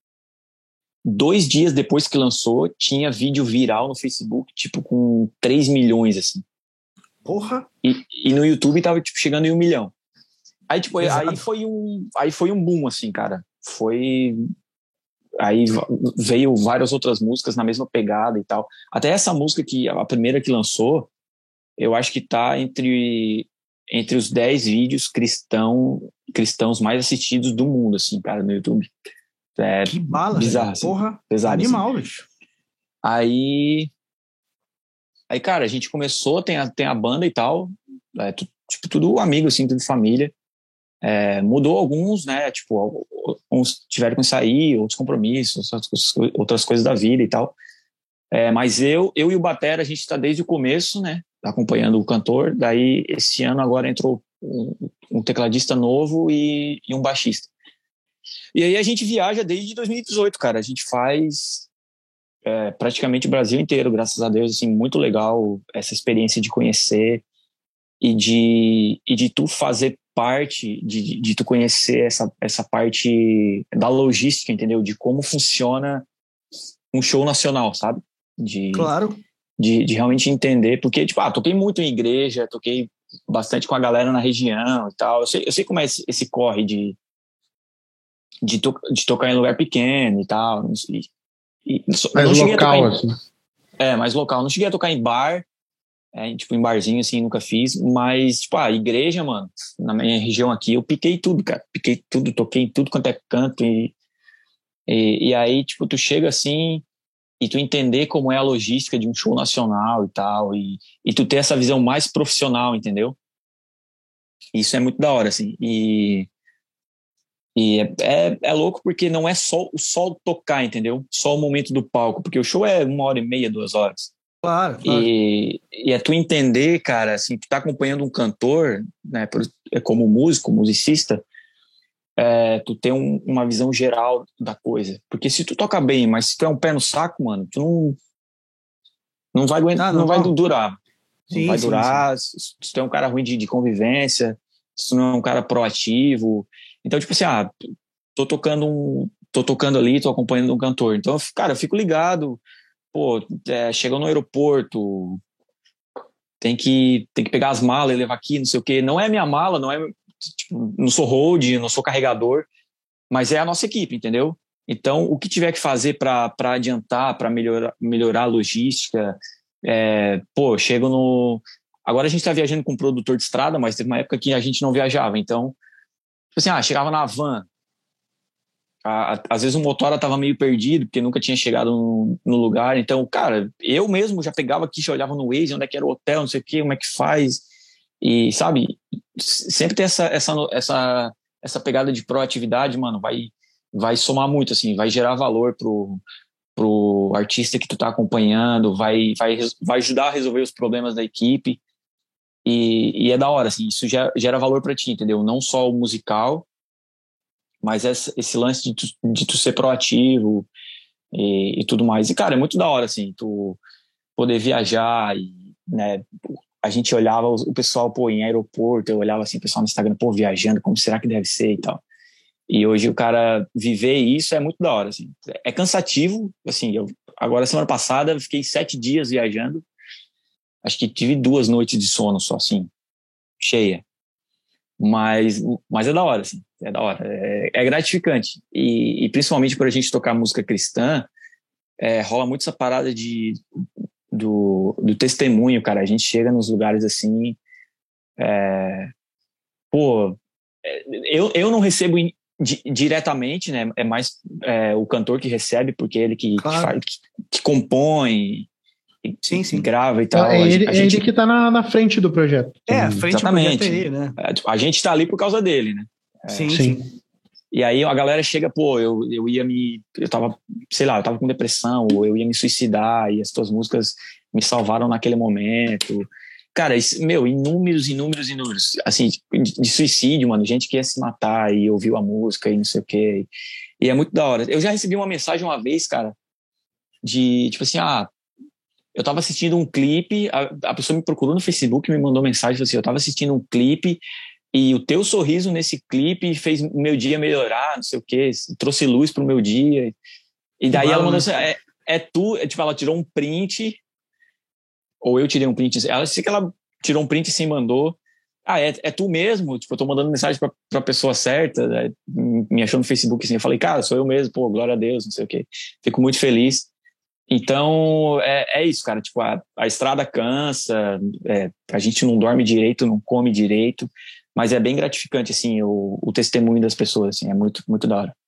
Dois dias depois que lançou, tinha vídeo viral no Facebook, tipo, com três milhões, assim. Porra! E, e no YouTube tava, tipo, chegando em um milhão. Aí, tipo, Exato. aí foi um, aí foi um boom, assim, cara. Foi... Aí veio várias outras músicas na mesma pegada e tal. Até essa música, que a primeira que lançou, eu acho que tá entre, entre os dez vídeos cristão, cristãos mais assistidos do mundo, assim, cara, no YouTube. É que bala, bizarro, assim, porra, pesado, animal, assim. bicho. Aí, aí, cara, a gente começou, tem a, tem a banda e tal, é, tu, tipo, tudo amigo, assim, tudo família. É, mudou alguns, né, tipo, uns tiveram que sair, outros compromissos, outras coisas da vida e tal. É, mas eu, eu e o batera, a gente tá desde o começo, né, acompanhando o cantor. Daí, esse ano agora entrou um, um tecladista novo e, e um baixista. E aí a gente viaja desde dois mil e dezoito, cara. A gente faz é, praticamente o Brasil inteiro, graças a Deus. Assim, muito legal essa experiência de conhecer e de, e de tu fazer parte, de, de, de tu conhecer essa, essa parte da logística, entendeu? De como funciona um show nacional, sabe? De, Claro. De, de realmente entender. Porque, tipo, ah, toquei muito em igreja, toquei bastante com a galera na região e tal. Eu sei, eu sei como é esse, esse corre de De, to, de tocar em lugar pequeno e tal. E, e, mais não local, em, assim. É, mais local. Não cheguei a tocar em bar, é, tipo, em barzinho, assim, nunca fiz. Mas, tipo, a igreja, mano, na minha região aqui, eu piquei tudo, cara. Piquei tudo, toquei em tudo quanto é canto. E, e, e aí, tipo, tu chega assim e tu entender como é a logística de um show nacional e tal. E, e tu ter essa visão mais profissional, entendeu? Isso é muito da hora, assim. E... E é, é, é louco porque não é só o só tocar, entendeu? Só o momento do palco, porque o show é uma hora e meia, duas horas. Claro, claro. E, e é tu entender, cara, assim, tu tá acompanhando um cantor, né, por, é como músico, musicista, é, tu tem um, uma visão geral da coisa. Porque se tu toca bem, mas se tu é um pé no saco, mano, tu não, não vai aguentar, Ah, não, não, vai não. durar. Sim, não vai sim, durar, sim. Se, se tu é um cara ruim de, de convivência, se tu não é um cara proativo. Então, tipo assim, ah, tô tocando um, tô tocando ali, tô acompanhando um cantor. Então, cara, eu fico ligado, pô, é, chegou no aeroporto, tem que, tem que pegar as malas e levar aqui, não sei o quê. Não é minha mala, não é, tipo, não sou hold, não sou carregador, mas é a nossa equipe, entendeu? Então, o que tiver que fazer para adiantar, para melhorar, melhorar a logística, é, pô, chego no... Agora a gente tá viajando com um produtor de estrada, mas teve uma época que a gente não viajava, então, tipo assim, ah, chegava na van, a, a, às vezes o motora tava meio perdido, porque nunca tinha chegado no, no lugar, então, cara, eu mesmo já pegava aqui, já olhava no Waze, onde é que era o hotel, não sei o que, como é que faz, e, sabe, sempre tem essa, essa, essa, essa pegada de proatividade, mano, vai, vai somar muito, assim, vai gerar valor pro, pro artista que tu tá acompanhando, vai, vai, vai ajudar a resolver os problemas da equipe, e, e é da hora, assim, isso gera, gera valor pra ti, entendeu? Não só o musical, mas esse, esse lance de tu, de tu ser proativo e, e tudo mais. E, cara, é muito da hora, assim, tu poder viajar e, né, a gente olhava o pessoal, pô, em aeroporto, eu olhava assim, o pessoal no Instagram, pô, viajando, como será que deve ser e tal. E hoje o cara viver isso é muito da hora, assim. É cansativo, assim, eu, agora semana passada eu fiquei sete dias viajando, acho que tive duas noites de sono só, assim, cheia. Mas, mas é da hora, assim, é da hora, é, é gratificante. E, e principalmente por a gente tocar música cristã, é, rola muito essa parada de, do, do testemunho, cara. A gente chega nos lugares assim, é, pô, eu, eu não recebo in, di, diretamente, né? É mais é, o cantor que recebe, porque é ele que, claro. que, faz, que, que compõe, e, sim, sim. grava e tal. É ele, a é gente, ele que tá na, na frente do projeto. É, a frente exatamente. do projeto é ele, né? A gente tá ali por causa dele, né? É, sim, sim, sim. E aí a galera chega, pô, eu, eu ia me... Eu tava, sei lá, eu tava com depressão, ou eu ia me suicidar, e as tuas músicas me salvaram naquele momento. Cara, isso, meu, inúmeros, inúmeros, inúmeros. Assim, de, de suicídio, mano. Gente que ia se matar e ouviu a música e não sei o quê. E é muito da hora. Eu já recebi uma mensagem uma vez, cara, de, tipo assim, ah, eu tava assistindo um clipe, a, a pessoa me procurou no Facebook, me mandou mensagem, falou assim, eu tava assistindo um clipe e o teu sorriso nesse clipe fez o meu dia melhorar, não sei o quê, trouxe luz pro meu dia. E daí Uau, ela mandou assim, é, é tu, é, tipo, ela tirou um print, ou eu tirei um print, ela disse que ela tirou um print e se mandou, ah, é, é tu mesmo? Tipo, eu tô mandando mensagem pra, pra pessoa certa, né? Me achou no Facebook assim, eu falei, cara, sou eu mesmo, pô, glória a Deus, não sei o quê. Fico muito feliz. Então, é, é isso, cara, tipo, a, a estrada cansa, é, a gente não dorme direito, não come direito, mas é bem gratificante, assim, o, o testemunho das pessoas, assim, é muito, muito da hora.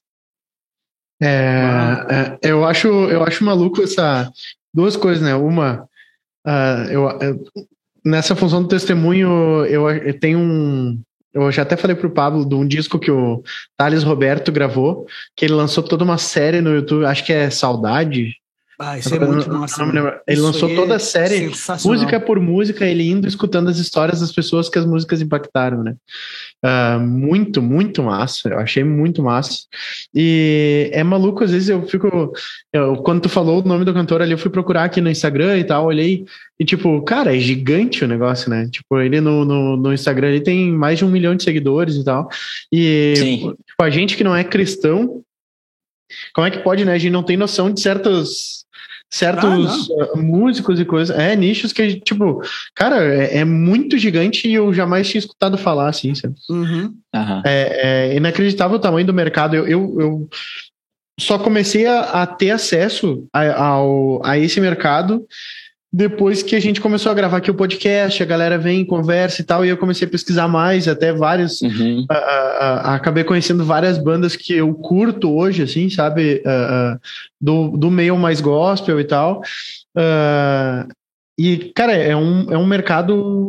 É, é, eu acho, eu acho maluco essa duas coisas, né? Uma, uh, eu, eu, nessa função do testemunho, eu, eu tenho um, eu já até falei pro Pablo de um disco que o Thales Roberto gravou, que ele lançou toda uma série no YouTube, acho que é Saudade. Ah, isso é muito massa. Ele lançou toda a série, música por música, ele indo escutando as histórias das pessoas que as músicas impactaram, né? Uh, muito, muito massa. Eu achei muito massa. E é maluco, às vezes eu fico. Eu, quando tu falou o nome do cantor ali, eu fui procurar aqui no Instagram e tal, olhei e, tipo, cara, é gigante o negócio, né? Tipo, ele no, no, no Instagram ele tem mais de um milhão de seguidores e tal. E tipo, a gente que não é cristão, como é que pode, né? A gente não tem noção de certos. certos ah, músicos e coisas, é, nichos que, tipo, cara, é, é muito gigante e eu jamais tinha escutado falar, assim, sabe? Uhum. Uhum. É, é inacreditável o tamanho do mercado. Eu, eu, eu só comecei a, a ter acesso a, ao, a esse mercado depois que a gente começou a gravar aqui o podcast, a galera vem, conversa e tal, e eu comecei a pesquisar mais, até vários, uhum. a, a, a, acabei conhecendo várias bandas que eu curto hoje, assim, sabe, uh, uh, do, do meio mais gospel e tal, uh, e, cara, é um, é um mercado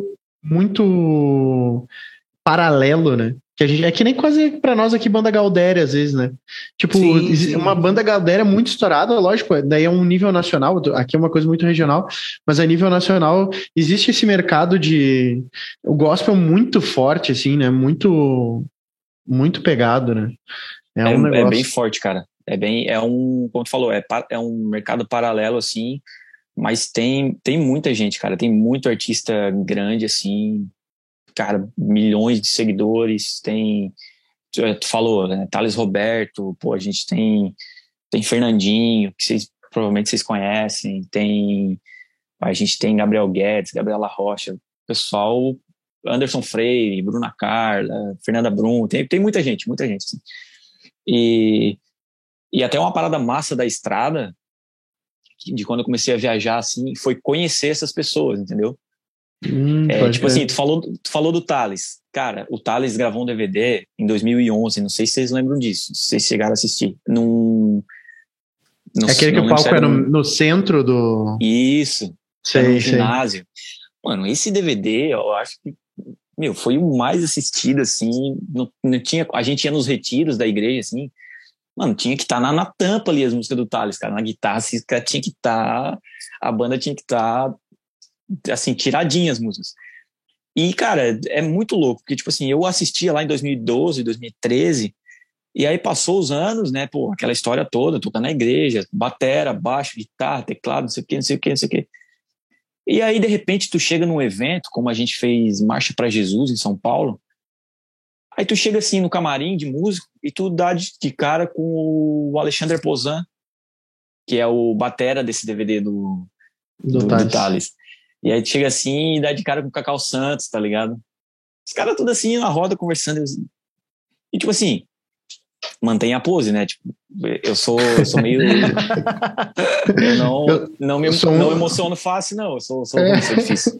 muito paralelo, né? Que a gente, é que nem quase pra nós aqui banda Galdéria, às vezes, né? Tipo, sim, sim. Uma banda Galdéria muito estourada, lógico, daí é um nível nacional, aqui é uma coisa muito regional, mas a nível nacional existe esse mercado de... O gospel muito forte, assim, né? Muito, muito pegado, né? É, um é, é bem forte, cara. É bem, é um, como tu falou, é, é um mercado paralelo, assim, mas tem, tem muita gente, cara, tem muito artista grande, assim, cara, milhões de seguidores, tem, tu falou, né, Thales Roberto, pô, a gente tem, tem Fernandinho, que vocês, provavelmente vocês conhecem, tem, a gente tem Gabriel Guedes, Gabriela Rocha, pessoal, Anderson Freire, Bruna Carla, Fernanda Brum, tem, tem muita gente, muita gente, assim. E, e até uma parada massa da estrada, de quando eu comecei a viajar, assim, foi conhecer essas pessoas, entendeu? Hum, é, tipo assim, tu falou, tu falou do Thales. Cara, o Thales gravou um D V D em dois mil e onze, não sei se vocês lembram disso, se vocês chegaram a assistir. Num, no, é aquele que o palco era no, no centro do... Isso, sei, no ginásio. Mano, esse D V D, eu acho que, meu, foi o mais assistido, assim, não, não tinha, a gente ia nos retiros da igreja, assim, mano, tinha que estar tá na, na tampa ali as músicas do Thales, cara, na guitarra, assim, tinha que estar, tá, a banda tinha que estar... Tá, assim, tiradinhas as músicas. E, cara, é muito louco, porque, tipo assim, eu assistia lá em dois mil e doze, dois mil e treze, e aí passou os anos, né, pô, aquela história toda, tocando na igreja, batera, baixo, guitarra, teclado, não sei o que, não sei o que, não sei o que. E aí, de repente, tu chega num evento, como a gente fez Marcha para Jesus em São Paulo, aí tu chega, assim, no camarim de músico, e tu dá de, de cara com o Alexandre Pozan, que é o batera desse D V D do, do, do, Thales. do Thales. E aí chega assim e dá de cara com o Cacau Santos, tá ligado? Os caras tudo assim na roda conversando. E tipo assim, mantém a pose, né? Tipo, eu sou, eu sou meio... eu não, eu, não me sou... não emociono fácil, não. Eu sou, sou, é. sou difícil.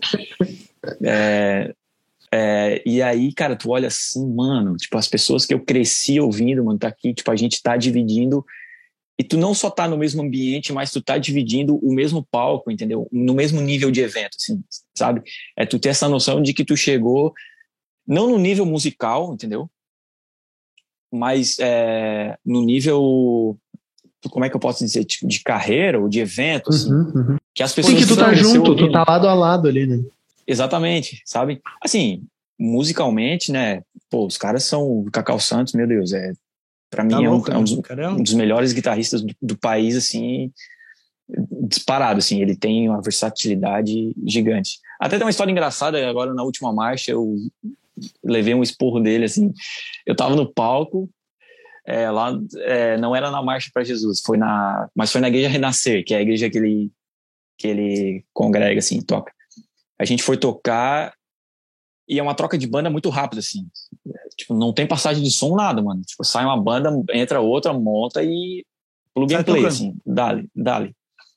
É, é, e aí, cara, tu olha assim, mano, tipo, as pessoas que eu cresci ouvindo, mano, tá aqui, tipo, a gente tá dividindo. E tu não só tá no mesmo ambiente, mas tu tá dividindo o mesmo palco, entendeu? No mesmo nível de evento, assim, sabe? É tu ter essa noção de que tu chegou, não no nível musical, entendeu? Mas é, no nível como é que eu posso dizer, tipo, de carreira ou de evento, assim, Uhum, uhum. que as pessoas... Sim, que tu tá precisam junto, ser tu tá lado a lado ali, né? Exatamente, sabe? Assim, musicalmente, né? Pô, os caras são o Cacau Santos, meu Deus, é, pra mim Tá é, um, louco, é um, né? dos, Caramba. um dos melhores guitarristas do, do país, assim, disparado, assim, ele tem uma versatilidade gigante. Até tem uma história engraçada, agora na última marcha eu levei um esporro dele, assim, eu tava no palco, é, lá, é, não era na Marcha para Jesus, foi na, mas foi na Igreja Renascer, que é a igreja que ele, que ele congrega, assim, toca. A gente foi tocar e é uma troca de banda muito rápida, assim. Tipo, não tem passagem de som, nada, mano. Tipo, sai uma banda, entra outra, monta e plug and play, assim. Dale, dale.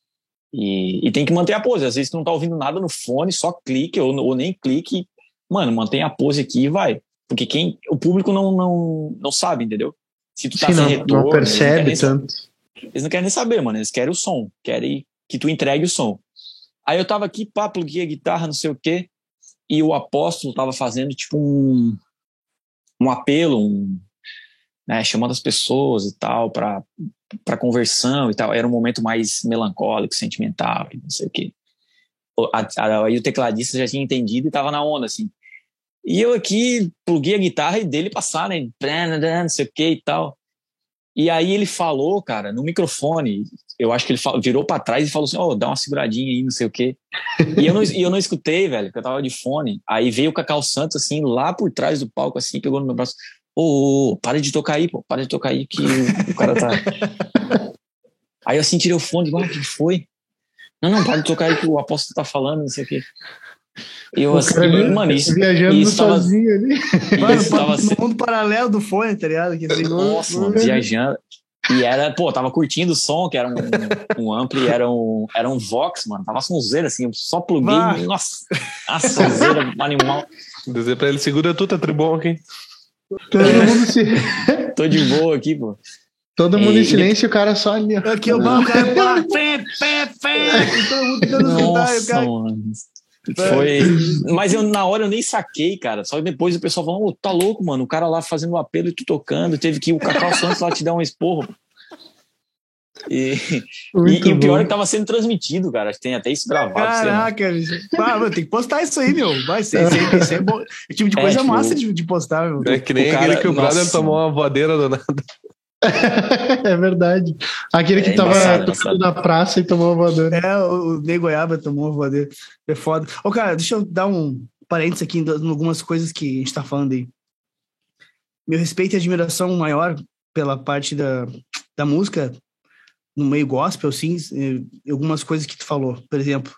E, e tem que manter a pose. Às vezes tu não tá ouvindo nada no fone, só clique ou, ou nem clique. Mano, mantém a pose aqui e vai. Porque quem, o público não, não, não sabe, entendeu? Se tu tá Sim, sem não, retorno, não percebe eles não tanto. querem, eles não querem nem saber, mano. Eles querem o som. Querem que tu entregue o som. Aí eu tava aqui, pá, pluguei a guitarra, não sei o quê. E o Apóstolo tava fazendo, tipo, um, um apelo, um, né, chamando as pessoas e tal, pra, pra conversão e tal. Era um momento mais melancólico, sentimental, não sei o quê. Aí o tecladista já tinha entendido e tava na onda, assim. E eu aqui pluguei a guitarra e dele passar, né? Não sei o que e tal. E aí ele falou, cara, no microfone, eu acho que ele falou, virou pra trás e falou assim, ó, oh, dá uma seguradinha aí, não sei o quê. E eu não, e eu não escutei, velho, porque eu tava de fone. Aí veio o Cacau Santos, assim, lá por trás do palco, assim, pegou no meu braço. Ô, oh, oh, para de tocar aí, pô, para de tocar aí que o, o cara tá... Aí eu assim, tirei o fone, ah, o que foi? Não, não, para de tocar aí que o apóstolo tá falando, não sei o quê. Eu, O assim, cara e, mano, isso, viajando isso sozinho tava, ali. Mano, isso tava, no mundo paralelo do fone, tá ligado? Que assim, nossa, mano, viajando. E era, pô, tava curtindo o som, que era um, um ampli, era um, era um Vox, mano. Tava sonzeira, assim, eu só pluguei. Ah. Nossa, a sonzeira animal. Dizer pra ele, segura tu, tá tribom aqui. Todo mundo se... Tô de boa aqui, pô. Todo mundo E- em silêncio e o cara só ali. ó. Aqui o barco, o cara pá, pé, pé, pé, e todo mundo tentando escutar, e o Nossa, cara... mano. Foi. Mas eu, na hora eu nem saquei, cara. Só que depois o pessoal falou: ô, tá louco, mano. O cara lá fazendo o apelo e tu tocando. Teve que ir o Cacau Santos lá te dar um esporro. E, Muito e, e o pior bom. é que tava sendo transmitido, cara. Tem até isso gravado. sei lá. Caraca, bicho. Ah, mano, tem que postar isso aí, meu. Vai ser, isso aí, isso aí é bom. É tipo de É, coisa tipo, massa de, de postar, meu. É que nem O cara- aquele que o brother nossa, tomou uma voadeira do nada. É verdade. Aquele que É tava embaçado, tocando embaçado. na praça e tomou a voadora. É, o, o Ney Goiaba tomou uma voadeira. É foda. Ô, cara, deixa eu dar um parênteses aqui em algumas coisas que a gente tá falando aí. Meu respeito e admiração maior pela parte da, da música no meio gospel, sim, eh, algumas coisas que tu falou. Por exemplo,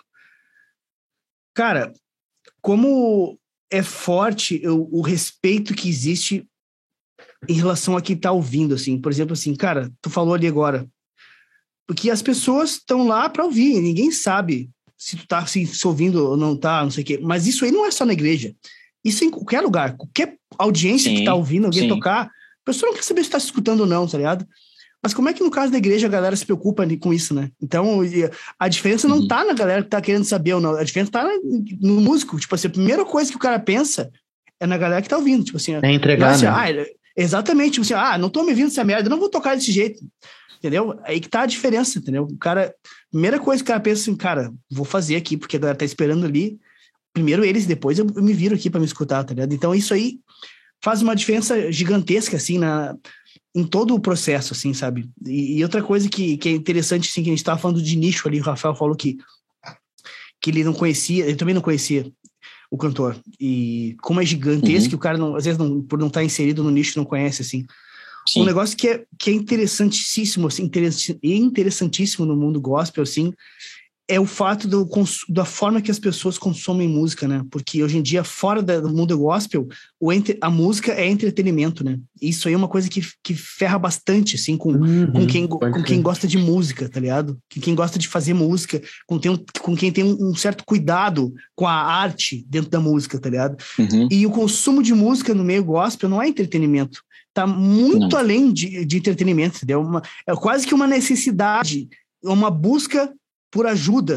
cara, como é forte o, o respeito que existe em relação a quem tá ouvindo, assim. Por exemplo, assim, cara, tu falou ali agora, porque as pessoas estão lá para ouvir, ninguém sabe se tu tá se, se ouvindo ou não tá, não sei o quê. Mas isso aí não é só na igreja. Isso é em qualquer lugar, qualquer audiência Sim, que tá ouvindo alguém sim. tocar, a pessoa não quer saber se tá se escutando ou não, tá ligado? Mas como é que no caso da igreja a galera se preocupa ali com isso, né? Então, e a diferença não Uhum. tá na galera que tá querendo saber ou não, a diferença tá no músico. Tipo assim, a primeira coisa que o cara pensa é na galera que tá ouvindo, tipo assim... É entregar, não, assim, né? ah, ele- exatamente, tipo assim, ah, não tô me ouvindo essa merda, eu não vou tocar desse jeito, entendeu? Aí que tá a diferença, entendeu? O cara, primeira coisa que o cara pensa assim, cara, vou fazer aqui, porque a galera tá esperando ali, primeiro eles, depois eu, eu me viro aqui pra me escutar, tá ligado? Então isso aí faz uma diferença gigantesca, assim, na, em todo o processo, assim, sabe? E, e outra coisa que, que é interessante, assim, que a gente tava falando de nicho ali, o Rafael falou que, que ele não conhecia, ele também não conhecia o cantor. E como é gigantesco, Uhum. que o cara, não, às vezes, não, por não estar inserido no nicho, não conhece, assim. Sim. Um negócio que é, que é interessantíssimo, assim, interess- interessantíssimo no mundo gospel, assim, é o fato do, cons- da forma que as pessoas consomem música, né? Porque hoje em dia, fora da- do mundo gospel, o entre- a música é entretenimento, né? Isso aí é uma coisa que, que ferra bastante, assim, com, Uhum, com, quem, go- pode com crer. quem gosta de música, tá ligado? Que quem gosta de fazer música, com, tem um- com quem tem um, um certo cuidado com a arte dentro da música, tá ligado? Uhum. E o consumo de música no meio gospel não é entretenimento. Tá muito Não. além de, de entretenimento, entendeu? Uma, é quase que uma necessidade, uma busca por ajuda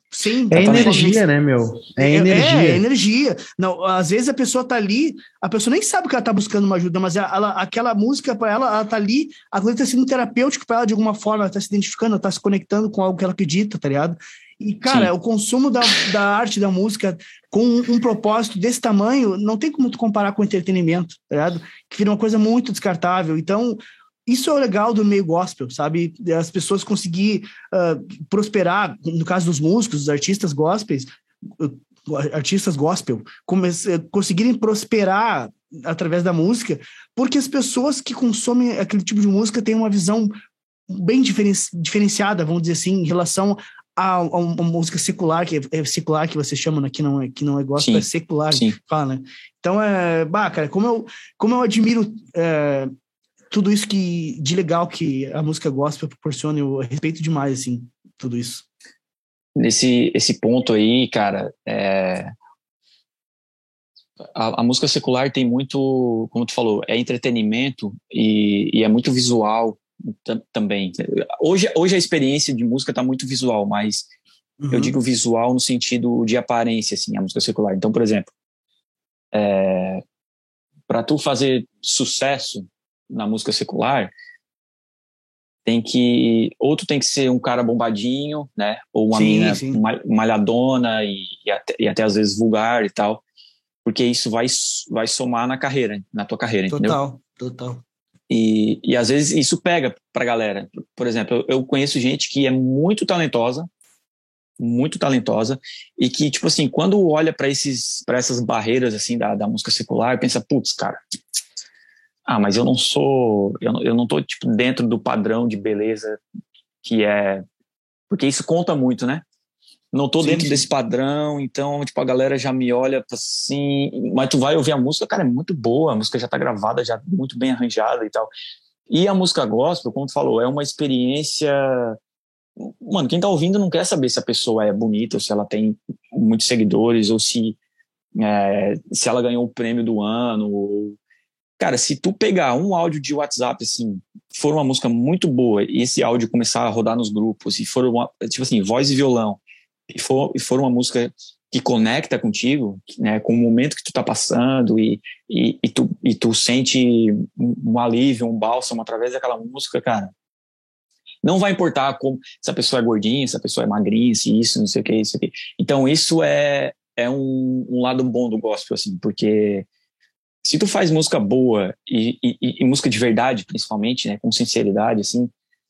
Sim, É tá energia, né, meu? É, é energia. É, é energia. Não, às vezes a pessoa tá ali, a pessoa nem sabe que ela tá buscando uma ajuda, mas ela, ela- aquela música para ela, ela tá ali, aquilo tá sendo terapêutico para ela de alguma forma, ela tá se identificando, ela tá se conectando com algo que ela acredita, tá ligado? E, cara, Sim. o consumo da, da arte, da música, com um, um propósito desse tamanho, não tem como tu comparar com entretenimento, tá ligado? Que vira uma coisa muito descartável. Então, isso é o legal do meio gospel, sabe? As pessoas conseguir uh, prosperar, no caso dos músicos, dos artistas gospels, uh, artistas gospel, conseguirem prosperar através da música, porque as pessoas que consomem aquele tipo de música têm uma visão bem diferenci diferenciada, vamos dizer assim, em relação a, a uma música secular, que é, é secular que vocês chamam, né? Que não é, que não é gospel, sim, é secular, sim. Fala, né? Então, é, bah, cara, como eu, como eu admiro é, tudo isso que, de legal que a música gospel proporciona, eu respeito demais, assim, tudo isso. Nesse esse ponto aí, cara, é, a, a música secular tem muito, como tu falou, é entretenimento e, e é muito visual também. Hoje, hoje a experiência de música tá muito visual, mas uhum. eu digo visual no sentido de aparência, assim, a música secular. Então, por exemplo, é, para tu fazer sucesso na música secular, tem que, ou tu tem que ser um cara bombadinho, né, ou uma sim, mina sim. malhadona e, e, até, e até às vezes vulgar e tal, porque isso vai, vai somar na carreira, na tua carreira, entendeu? Total, total. E, e às vezes isso pega pra galera. Por exemplo, eu, eu conheço gente que é muito talentosa, muito talentosa, e que, tipo assim, quando olha pra esses, pra essas barreiras, assim, da, da música secular, pensa, putz, cara, ah, mas eu não sou, eu não, eu não tô, tipo, dentro do padrão de beleza que é, porque isso conta muito, né? Não tô sim, dentro sim. desse padrão, então, tipo, a galera já me olha assim, mas tu vai ouvir a música, cara, é muito boa, a música já tá gravada, já muito bem arranjada e tal. E a música gospel, como tu falou, é uma experiência, mano, quem tá ouvindo não quer saber se a pessoa é bonita, ou se ela tem muitos seguidores, ou se, é, se ela ganhou o prêmio do ano, ou... Cara, se tu pegar um áudio de WhatsApp, assim, for uma música muito boa, e esse áudio começar a rodar nos grupos, e for uma, tipo assim, voz e violão, e for, e for uma música que conecta contigo, né, com o momento que tu tá passando, e, e, e, tu, e tu sente um alívio, um bálsamo através daquela música, cara, não vai importar como, se a pessoa é gordinha, se a pessoa é magrinha, se isso, não sei o que, isso aqui. Então isso é, é um, um lado bom do gospel, assim, porque se tu faz música boa e, e, e música de verdade, principalmente, né, com sinceridade, assim,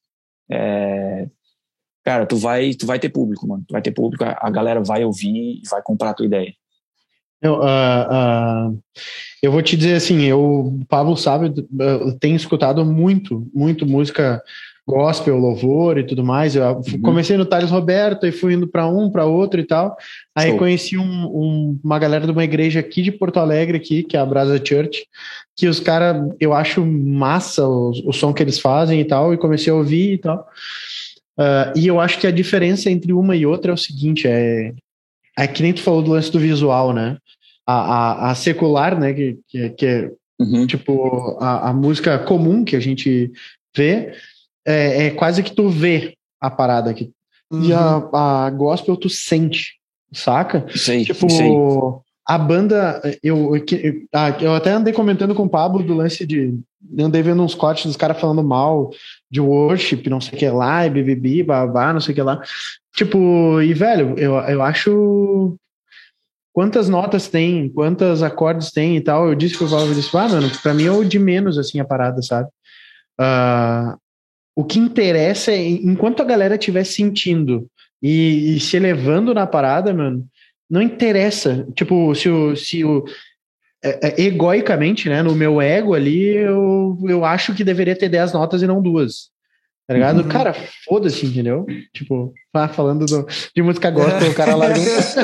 é, cara, tu vai, tu vai ter público, mano. Tu vai ter público, a, a galera vai ouvir e vai comprar a tua ideia. Eu, uh, uh, eu vou te dizer assim, eu, o Pablo sabe, eu tenho escutado muito, muito música gospel, louvor e tudo mais. Eu uhum. comecei no Thales Roberto e fui indo para um, para outro e tal. Aí Show. conheci um, um, uma galera de uma igreja aqui de Porto Alegre, aqui, que é a Brasa Church, que os caras, eu acho massa o, o som que eles fazem e tal, e comecei a ouvir e tal. Uh, e eu acho que a diferença entre uma e outra é o seguinte, é, é que nem tu falou do lance do visual, né? A, a, a secular, né, que, que, que é uhum. tipo a, a música comum que a gente vê, é, é quase que tu vê a parada aqui. Uhum. E a, a gospel tu sente, saca? Sei, tipo, sei. A banda, eu, eu, eu até andei comentando com o Pablo do lance de, andei vendo uns cortes dos caras falando mal de worship, não sei o que lá, e bibibi, babá, não sei o que lá. Tipo, e velho, eu, eu acho... Quantas notas tem, quantos acordes tem e tal. Eu disse pro Pablo, eu disse, ah, mano, pra mim é o de menos, assim, a parada, sabe? Uh, o que interessa é, enquanto a galera estiver sentindo e, e se elevando na parada, mano, não interessa. Tipo, se o... Se o é, é, egoicamente, né, no meu ego ali, eu, eu acho que deveria ter dez notas e não duas. Tá ligado? Uhum. Cara, foda-se, entendeu? Tipo, ah, falando do, de música gospel, o cara largou.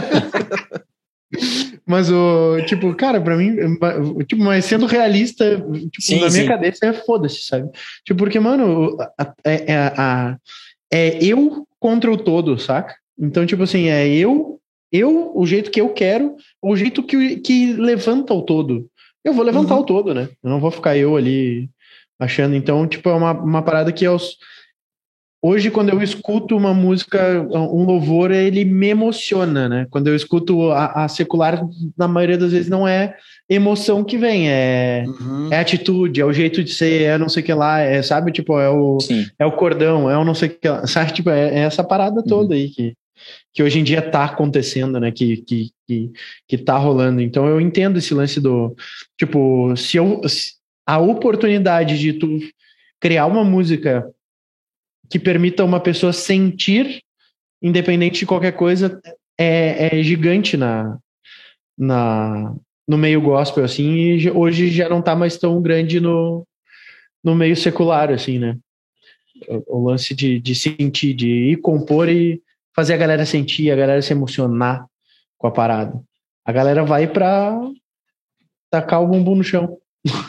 Mas o, tipo, cara, pra mim, tipo, mas sendo realista, tipo, sim, na minha sim. cabeça é foda-se, sabe? Tipo, porque, mano, é, é, é, é eu contra o todo, saca? Então, tipo assim, é eu, eu, o jeito que eu quero, o jeito que, que levanta o todo. Eu vou levantar uhum. o todo, né? Eu não vou ficar eu ali achando. Então, tipo, é uma, uma parada que é os. hoje, quando eu escuto uma música, um louvor, ele me emociona, né? Quando eu escuto a, a secular, na maioria das vezes não é emoção que vem, é, Uhum. é atitude, é o jeito de ser, é não sei o que lá, é, sabe? Tipo, é o, é o cordão, é o não sei o que lá, sabe? Tipo, é, é essa parada toda Uhum. aí que, que hoje em dia tá acontecendo, né? Que, que, que, que tá rolando. Então eu entendo esse lance do, tipo, se eu, se, a oportunidade de tu criar uma música que permita uma pessoa sentir, independente de qualquer coisa, é, é gigante na, na, no meio gospel, assim, e hoje já não tá mais tão grande no, no meio secular, assim, né? O, o lance de, de sentir, de ir compor e fazer a galera sentir, a galera se emocionar com a parada. A galera vai pra tacar o bumbum no chão.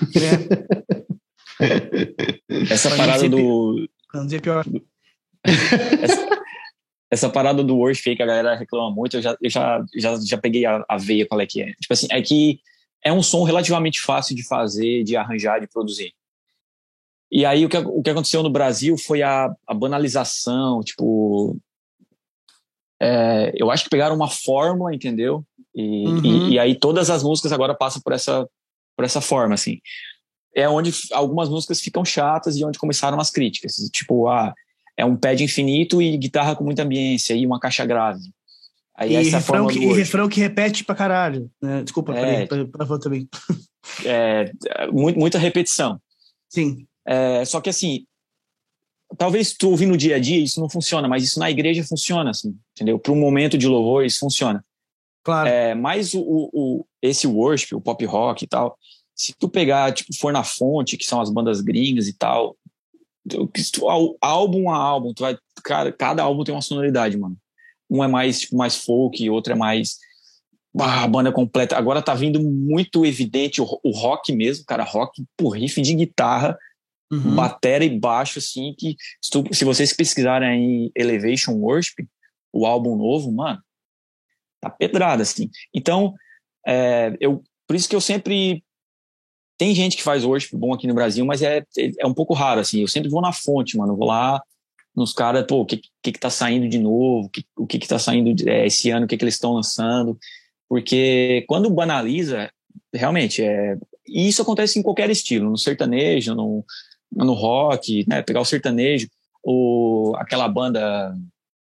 É. Essa parada do... Pra não dizer pior. Essa, essa parada do worship aí que a galera reclama muito, eu já, eu já, já, já peguei a, a veia qual é que é. Tipo assim, é que é um som relativamente fácil de fazer, de arranjar, de produzir. E aí o que, o que aconteceu no Brasil foi a, a banalização, tipo... É, eu acho que pegaram uma fórmula, entendeu? E, uhum. e, e aí todas as músicas agora passam por essa, por essa forma, assim. É onde algumas músicas ficam chatas e onde começaram as críticas. Tipo, ah, é um pad infinito e guitarra com muita ambiência e uma caixa grave. Aí e, essa refrão que, e refrão que repete pra caralho. Né? Desculpa, é, peraí, pra, pra também. É, muito, muita repetição. Sim. É, só que assim, talvez tu ouvir no dia a dia isso não funciona, mas isso na igreja funciona, assim, entendeu? Para um momento de louvor isso funciona. Claro. É, mas o, o, esse worship, o pop rock e tal, se tu pegar, tipo, for na fonte, que são as bandas gringas e tal, tu, álbum a álbum, tu vai, cara, cada álbum tem uma sonoridade, mano. Um é mais, tipo, mais folk, outro é mais ah, a banda completa. Agora tá vindo muito evidente o, o rock mesmo, cara, rock por riff de guitarra, uhum. bateria e baixo, assim, que se, tu, se vocês pesquisarem aí Elevation Worship, o álbum novo, mano, tá pedrada, assim. Então, é, eu, por isso que eu sempre... Tem gente que faz worship bom aqui no Brasil, mas é, é um pouco raro, assim. Eu sempre vou na fonte, mano. Eu vou lá nos caras, pô, o que, que que tá saindo de novo? Que, o que que tá saindo é, esse ano? O que que eles estão lançando? Porque quando banaliza, realmente, é... E isso acontece em qualquer estilo. No sertanejo, no, no rock, né? Pegar o sertanejo, o, aquela banda...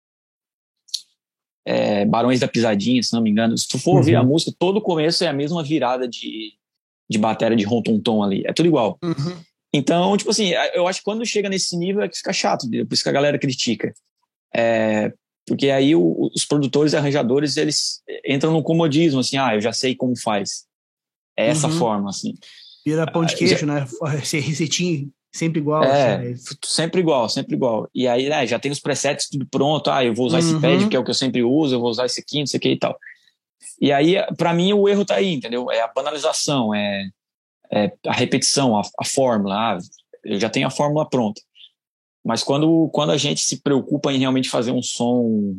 É, Barões da Pisadinha, se não me engano. Se tu for ouvir uhum. a música, todo o começo é a mesma virada de... de bateria de rom-tom-tom ali, é tudo igual. Uhum. Então, tipo assim, eu acho que quando chega nesse nível é que fica chato, por isso que a galera critica. É, porque aí o, os produtores e arranjadores, eles entram no comodismo, assim, ah, eu já sei como faz. É essa uhum. forma, assim. Vira pão de queijo, já, né? Ser receitinho, sempre igual. É, assim, sempre igual, sempre igual. E aí, né, já tem os presets tudo pronto, ah, eu vou usar uhum. esse pad, que é o que eu sempre uso, eu vou usar esse aqui, não sei o que e tal. E aí, pra mim, o erro tá aí, entendeu? É a banalização, é, é a repetição, a, a fórmula. Ah, eu já tenho a fórmula pronta. Mas quando, quando a gente se preocupa em realmente fazer um som,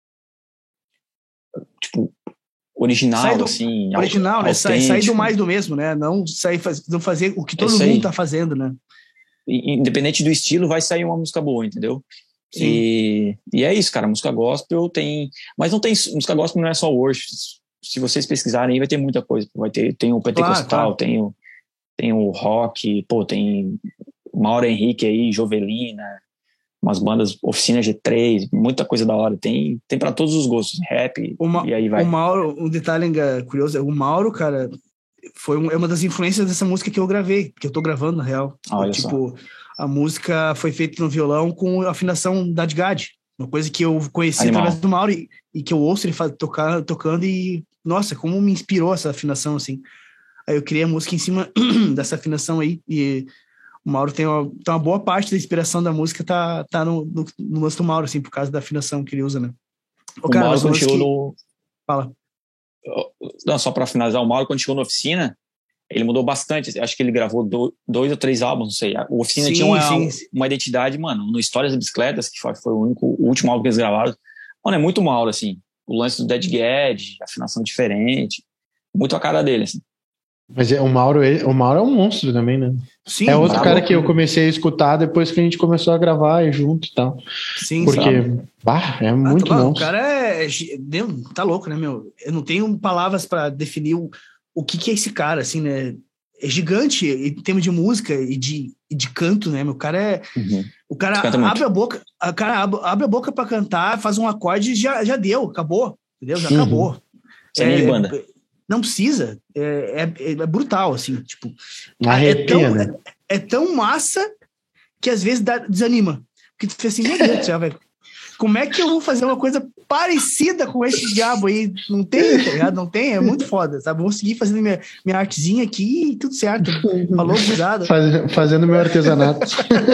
tipo, original, do, assim... Original, né? Sair sai do mais do mesmo, né? Não, sair faz, não fazer o que todo mundo tá fazendo, né? Independente do estilo, vai sair uma música boa, entendeu? Sim. E, e é isso, cara. Música gospel tem... Mas não tem... Música gospel não é só worship. Se vocês pesquisarem aí, vai ter muita coisa. Vai ter, tem o pentecostal, claro, claro. Tem, o, tem o rock, pô, tem Mauro Henrique aí, Jovelina, umas bandas, Oficina G três, muita coisa da hora. Tem, tem pra todos os gostos, rap, o Ma- e aí vai. O Mauro, um detalhe curioso, o Mauro, cara, foi um, é uma das influências dessa música que eu gravei, que eu tô gravando, na real. Olha tipo, só. A música foi feita no violão com afinação da Adgad, uma coisa que eu conheci Animal. através do Mauro e, e que eu ouço ele faz, tocar, tocando e nossa, como me inspirou essa afinação, assim. Aí eu criei a música em cima dessa afinação aí, e o Mauro tem uma, tem uma boa parte da inspiração da música tá, tá no, no, no lance do Mauro, assim, por causa da afinação que ele usa, né? O, o cara, Mauro, quando chegou que... no... Fala. Não, só pra finalizar, o Mauro, quando chegou na Oficina, ele mudou bastante, acho que ele gravou do, dois ou três álbuns, não sei. O Oficina sim, tinha uma, sim, sim. uma identidade, mano, no Histórias das Bicicletas, que foi, foi o único, o último álbum que eles gravaram, mano, é muito Mauro, assim. O lance do Dead Gad, afinação diferente, muito a cara dele, assim. Mas é, o, Mauro, o Mauro é um monstro também, né? Sim, é outro tá cara louco, que eu né? comecei a escutar depois que a gente começou a gravar junto e tal. Sim, Porque, sim. bah, é Ah, muito tá bom, o monstro. cara é, é gi- deu- tá louco, né, meu? Eu não tenho palavras para definir o, o que, que é esse cara, assim, né? É gigante em termos de música e de, e de canto, né? Meu, o cara é. Uhum. O cara Canta muito. abre a boca, o cara abre, abre a boca para cantar, faz um acorde e já, já deu, acabou, entendeu? Já Uhum. acabou. Precisa nem de banda. é- não precisa, é, é, é brutal, assim, tipo. É Arrepia, tão, né? é, é tão massa que às vezes dá, desanima. Porque tu fica assim, meu Deus do céu, velho. Como é que eu vou fazer uma coisa parecida com esse diabo aí? Não tem, tá ligado? Não tem, é muito foda, sabe? Eu vou seguir fazendo minha, minha artezinha aqui e tudo certo. Falou, gozada. Faz, fazendo meu artesanato.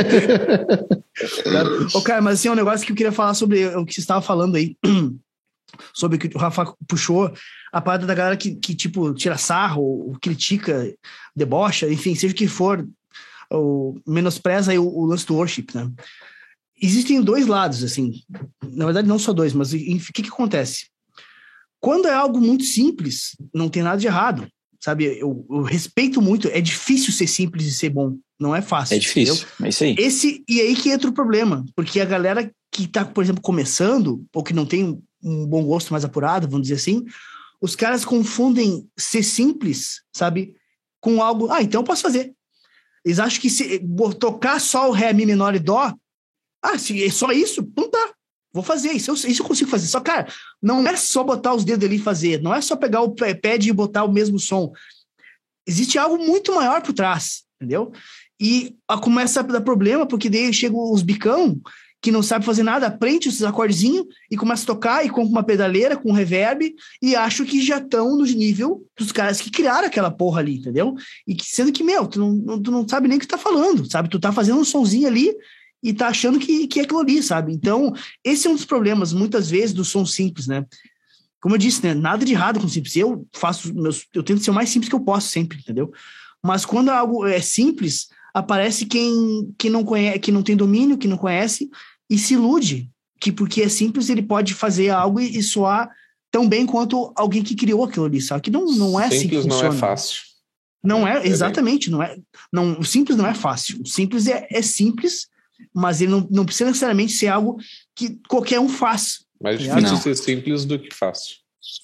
Ô, cara, mas assim, é um negócio que eu queria falar sobre o que você estava falando aí. Sobre o que o Rafa puxou, a parada da galera que, que tipo, tira sarro, ou critica, debocha, enfim, seja o que for, ou menospreza aí o, o lance do worship, né? Existem dois lados, assim, na verdade não só dois, mas enfim, o que que acontece? Quando é algo muito simples, não tem nada de errado, sabe? Eu, eu respeito muito, é difícil ser simples e ser bom, não é fácil. É difícil, entendeu? é isso aí. Esse, e aí que entra o problema, porque a galera que tá, por exemplo, começando, ou que não tem um bom gosto mais apurado, vamos dizer assim, os caras confundem ser simples, sabe, com algo, ah, então eu posso fazer. Eles acham que se tocar só o ré, mi menor e dó, ah, se é só isso, não tá, vou fazer, isso eu, isso eu consigo fazer. Só, cara, não é só botar os dedos ali e fazer, não é só pegar o pad e botar o mesmo som. Existe algo muito maior por trás, entendeu? E a, começa a dar problema, porque daí chegam os bicão, que não sabe fazer nada, aprende esses acordezinhos e começa a tocar e compra uma pedaleira com reverb e acho que já estão no nível dos caras que criaram aquela porra ali, entendeu? E que, sendo que, meu, tu não, tu não sabe nem o que tá falando, sabe? Tu tá fazendo um sonzinho ali e tá achando que, que é aquilo ali, sabe? Então, esse é um dos problemas, muitas vezes, do som simples, né? Como eu disse, né? Nada de errado com simples. Eu faço meus, eu tento ser o mais simples que eu posso sempre, entendeu? Mas quando algo é simples, aparece quem, quem não conhece, que não tem domínio, que não conhece, e se ilude, que porque é simples ele pode fazer algo e, e soar tão bem quanto alguém que criou aquilo ali, sabe? Que não, não é Simples assim que funciona. não é fácil. Não é, É exatamente, não é, não, o simples não é fácil. O simples é, é simples, mas ele não, não precisa necessariamente ser algo que qualquer um faz. Mais Tá difícil ligado? ser simples do que fácil.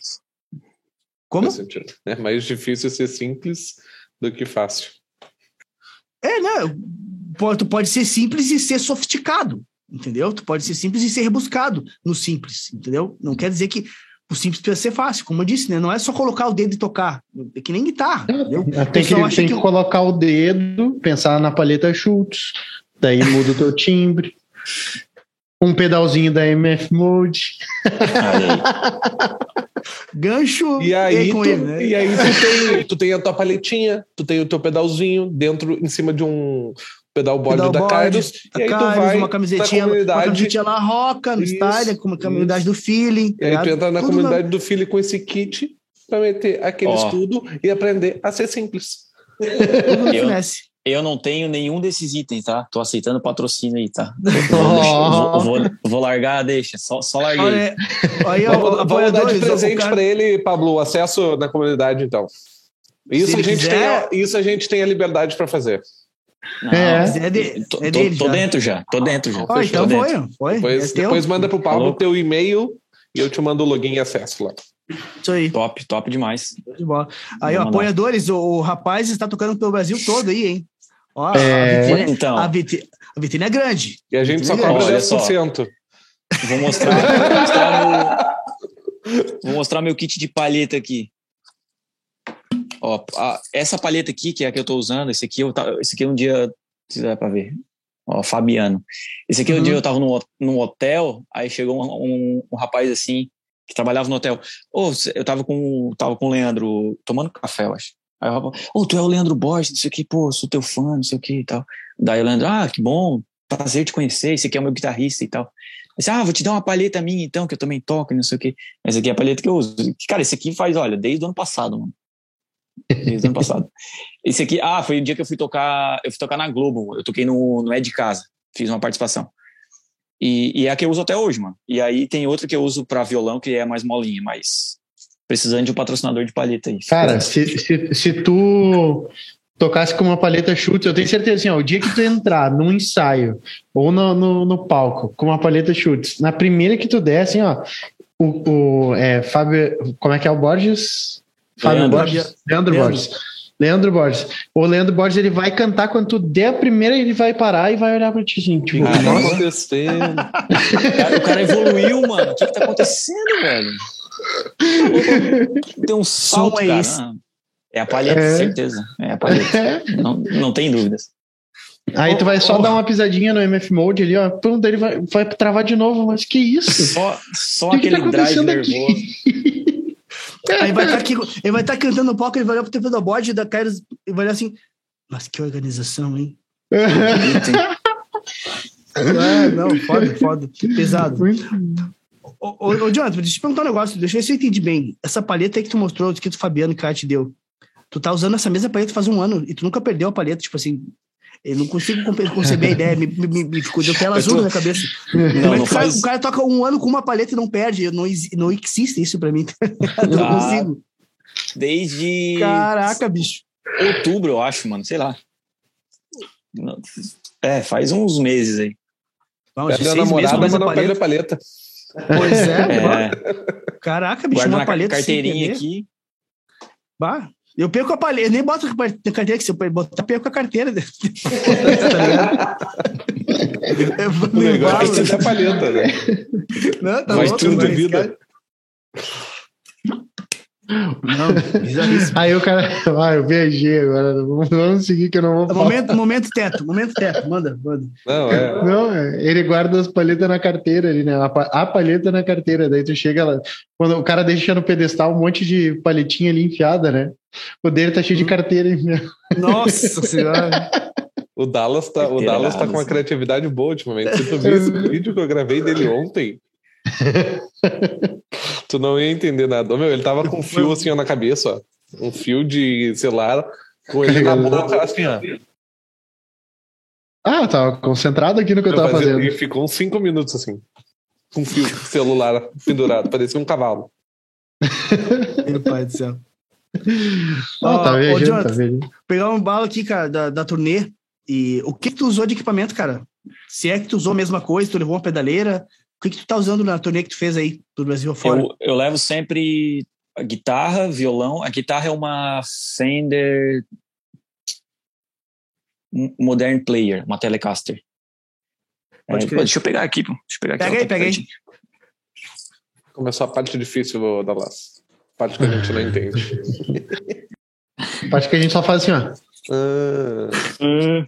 Como? Faz sentido. É mais difícil ser simples do que fácil. É, né? Pô, tu pode ser simples e ser sofisticado, entendeu? Tu pode ser simples e ser rebuscado no simples, entendeu? Não quer dizer que o simples precisa ser fácil, como eu disse, né? Não é só colocar o dedo e tocar, é que nem guitarra, entendeu? Tem que, Eu só acho tem que que o- colocar o dedo, pensar na palheta Schultz, daí muda o teu timbre. Um pedalzinho da M F Mode. Olha aí. gancho E aí, com tu, ele, né? e aí tu, tem, tu tem a tua paletinha, tu tem o teu pedalzinho dentro, em cima de um pedal board Pedal da board, Kairos, da e aí tu Kairos, vai uma camisetinha, na comunidade, uma camisetinha lá roca, no Isso, style, com a comunidade isso. do feeling. E aí tu entra na Tudo comunidade do Philly com esse kit pra meter aquele Ó. estudo e aprender a ser simples. Tudo no Eu- finesse. Eu não tenho nenhum desses itens, tá? Tô aceitando patrocínio aí, tá? Vou, deixar- vou, vou, vou largar, deixa. Só, só larguei. Olha, aí, Vamos, ó, vamos dar de apoiadores, o presente cara- pra ele, Pablo, acesso na comunidade, então. Isso, Se a ele gente, quiser- tem, a- isso a gente tem a liberdade pra fazer. Não, É. É de- tô, é tô- dele tô já. dentro já. Tô dentro já. Ó, então Tô foi, dentro. foi. Depois, é teu. depois manda pro Pablo o Falou. teu e-mail e eu te mando o login e acesso lá. Isso aí. Top, top demais. De bola. Aí, ó, Vou mandar. apoiadores, o, o rapaz está tocando pelo Brasil todo aí, hein? Ó, É. a, vitrine, Então. a, vitrine, a vitrine é grande. E a gente só Olha cobra Olha dez por só. cento. Vou mostrar, vou mostrar meu, vou mostrar meu kit de palheta aqui. Ó, a- essa palheta aqui, que é a que eu tô usando, esse aqui, eu, ta- esse aqui é um dia, se dá pra ver, ó, Fabiano. Esse aqui é um Uhum. dia eu tava num, ho- num hotel, aí chegou um, um, um rapaz assim, que trabalhava no hotel. Ô, eu tava com, tava com o Leandro tomando café, eu acho. Aí o rapaz, ô, tu é o Leandro Borges, não sei o que, pô, sou teu fã, não sei o que e tal. Daí o Leandro, ah, que bom, prazer te conhecer, esse aqui é o meu guitarrista e tal. Eu disse, ah, vou te dar uma palheta minha então, que eu também toco e não sei o que. Essa aqui é a palheta que eu uso. Cara, esse aqui faz, olha, desde o ano passado, mano. Desde o ano passado. Esse aqui, ah, foi o dia que eu fui tocar, eu fui tocar na Globo, eu toquei no, no É de Casa, fiz uma participação. E, e é a que eu uso até hoje, mano. E aí tem outra que eu uso pra violão, que é mais molinha, mais precisando de um patrocinador de palheta aí. Cara, se, se, se tu tocasse com uma palheta Schutz, eu tenho certeza assim, ó, o dia que tu entrar num ensaio ou no, no, no palco com uma palheta Schutz, na primeira que tu der, assim, ó, o, o é, Fábio, como é que é o Borges? Fábio Leandro. Borges? Leandro, Leandro. Borges. Leandro Borges. O Leandro Borges, ele vai cantar quando tu der a primeira, ele vai parar e vai olhar pra ti, assim, tipo, O que tá nossa. acontecendo? O cara, o cara evoluiu, mano. O que, que tá acontecendo, velho? Tem um salto, é cara. esse? Não, é a palheta, É. certeza. É a palheta. Não, não tem dúvidas. Aí tu vai só Oh, oh. dar uma pisadinha no M F Mode ali, ó, pronto, ele vai, vai travar de novo, mas que isso? Só, só O que que tá aquele drive acontecendo nervoso. aqui? Aí vai estar aqui, ele vai estar cantando no palco, ele vai olhar pro T V da bode da cara e vai olhar assim, mas que organização, hein? Ah, não, foda, foda, pesado. Muito. Ô, ô, ô, Jonathan, deixa eu te perguntar um negócio, deixa eu ver se eu entendi bem. Essa palheta aí que tu mostrou, que o Fabiano Kai te deu, tu tá usando essa mesma palheta faz um ano e tu nunca perdeu a palheta, tipo assim, eu não consigo conceber a ideia, me, me, me ficou, deu tela azul tô... na minha cabeça. Não, Como é não que o, cara, faz... o cara toca um ano com uma palheta e não perde, não, não existe isso pra mim, eu não Ah, consigo. Desde Caraca, bicho. outubro, eu acho, mano, sei lá. Não, é, faz uns meses aí. Vamos, Perde a seis meses, namorada, mas mas a não perde a palheta. palheta. Pois é, É, caraca, bicho, guarda uma na palheta sem carteirinha entender. aqui. Bah, eu perco a palheta, eu nem boto na carteira, que se eu botar, perco a carteira. Tá ligado? Eu vou O negócio embalo. é ter a palheta, né? Não, tá Faz louco, tudo mas, de vida. cara. Não, bizarríssimo. Aí o cara, ah, eu viajei agora, vamos, vamos seguir que eu não vou falar. Momento, momento teto, momento teto, manda, manda. Não, é. Não, é, ele guarda as palhetas na carteira ali, né? A, pa- a palheta na carteira, daí tu chega lá, quando o cara deixa no pedestal um monte de palhetinha ali enfiada, né? O dele tá cheio de carteira enfiada. Nossa senhora. O Dallas tá, o Carteira Dallas tá com uma Dallas. criatividade boa ultimamente. Se tu viu esse vídeo que eu gravei dele ontem, tu não ia entender nada. Ô, meu, ele tava com um fio assim ó, na cabeça, ó. Um fio de celular com ele na boca, assim, ó. Ah, eu tava concentrado aqui no que eu tava Mas ele- fazendo. E ficou uns cinco minutos assim. Com um fio de celular pendurado, parecia um cavalo. Meu pai do céu. Ah, tá Ó, ô, viajando, Jonathan, tá viajando. pegar um balo aqui, cara, da, da turnê. E o que, que tu usou de equipamento, cara? Se é que tu usou a mesma coisa, tu levou uma pedaleira, o que, que tu tá usando na turnê que tu fez aí, do Brasil afora? Eu, eu levo sempre a guitarra, violão. A guitarra é uma Fender Modern Player, uma Telecaster. Pode É, crer. pô, deixa eu pegar aqui, pô. Deixa eu pegar aqui. Pega ó, aí, tá pega aí. pertinho. Começou a parte difícil, Dallas. Parte que a gente não entende. Acho que a gente só faz assim, ó. Ah,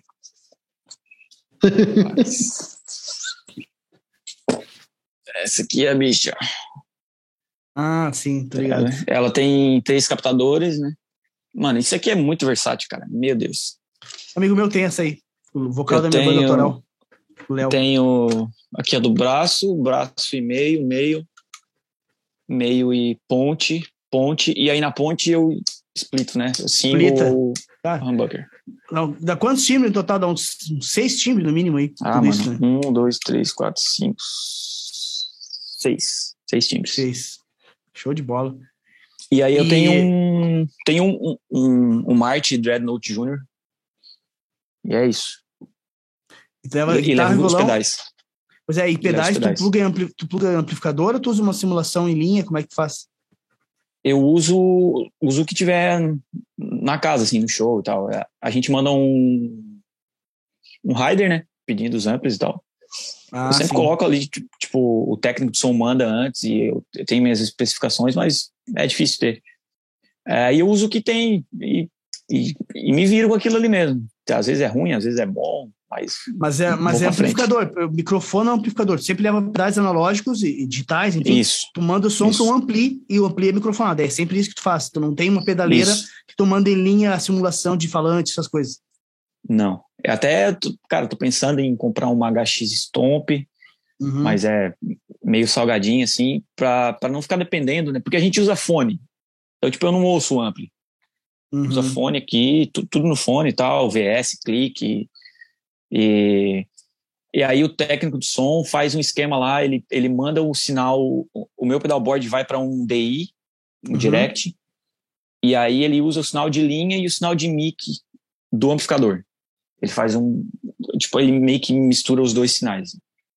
Essa aqui é a bicha. Ah, sim, tô ligado. Ela, ela tem três captadores, né? Mano, isso aqui é muito versátil, cara. Meu Deus. Amigo meu tem essa aí, o vocal Eu da minha tenho- banda autoral, o Léo. Tenho aqui a do braço, braço e meio, meio, meio e ponte, ponte. E aí na ponte eu splito, né? Single Splita. ou Tá. humbucker. Não, dá quantos timbres no total? Dá uns, uns seis timbres no mínimo aí. Ah, tudo mano. isso, né? Um, dois, três, quatro, cinco, seis. Seis timbres. Seis. Show de bola. E aí eu E- tenho um. Tenho um, um, um Marty Dreadnought Júnior E é isso. E tu leva E, e guitarra levo e os violão. pedais. Pois é, e pedais, tu pedais. pluga, em ampli, tu pluga amplificador ou tu usa uma simulação em linha? Como é que tu faz? Eu uso, uso o que tiver na casa, assim, no show e tal. É, a gente manda um, um rider, né? Pedindo os amplis e tal. Ah, eu sempre sim. coloco ali, tipo, tipo, o técnico de som manda antes e eu, eu tenho minhas especificações, mas é difícil ter. É, e eu uso o que tem e, e, e me viro com aquilo ali mesmo. Às vezes é ruim, às vezes é bom, mas... Mas é, mas Vou é pra frente. amplificador. O microfone é um amplificador. Tu sempre leva pedais analógicos e, e digitais, enfim. Isso, Tu manda o som Isso. para um ampli e o ampli é microfonado. É sempre isso que tu faz. Tu não tem uma pedaleira isso. que tu manda em linha a simulação de falante, essas coisas. Não. Até, tô- cara, tô pensando em comprar uma H X Stomp, Uhum. mas é meio salgadinho, assim, pra, pra não ficar dependendo, né? Porque a gente usa fone. Então, tipo, eu não ouço o ampli. Uhum. Usa fone aqui, tu- tudo no fone e tal, V S, clique. E, e aí o técnico de som faz um esquema lá, ele, ele manda o sinal, o, o meu pedalboard vai para um D I, no uhum. direct, e aí ele usa o sinal de linha e o sinal de mic do amplificador. Ele faz um... Tipo, ele meio que mistura os dois sinais.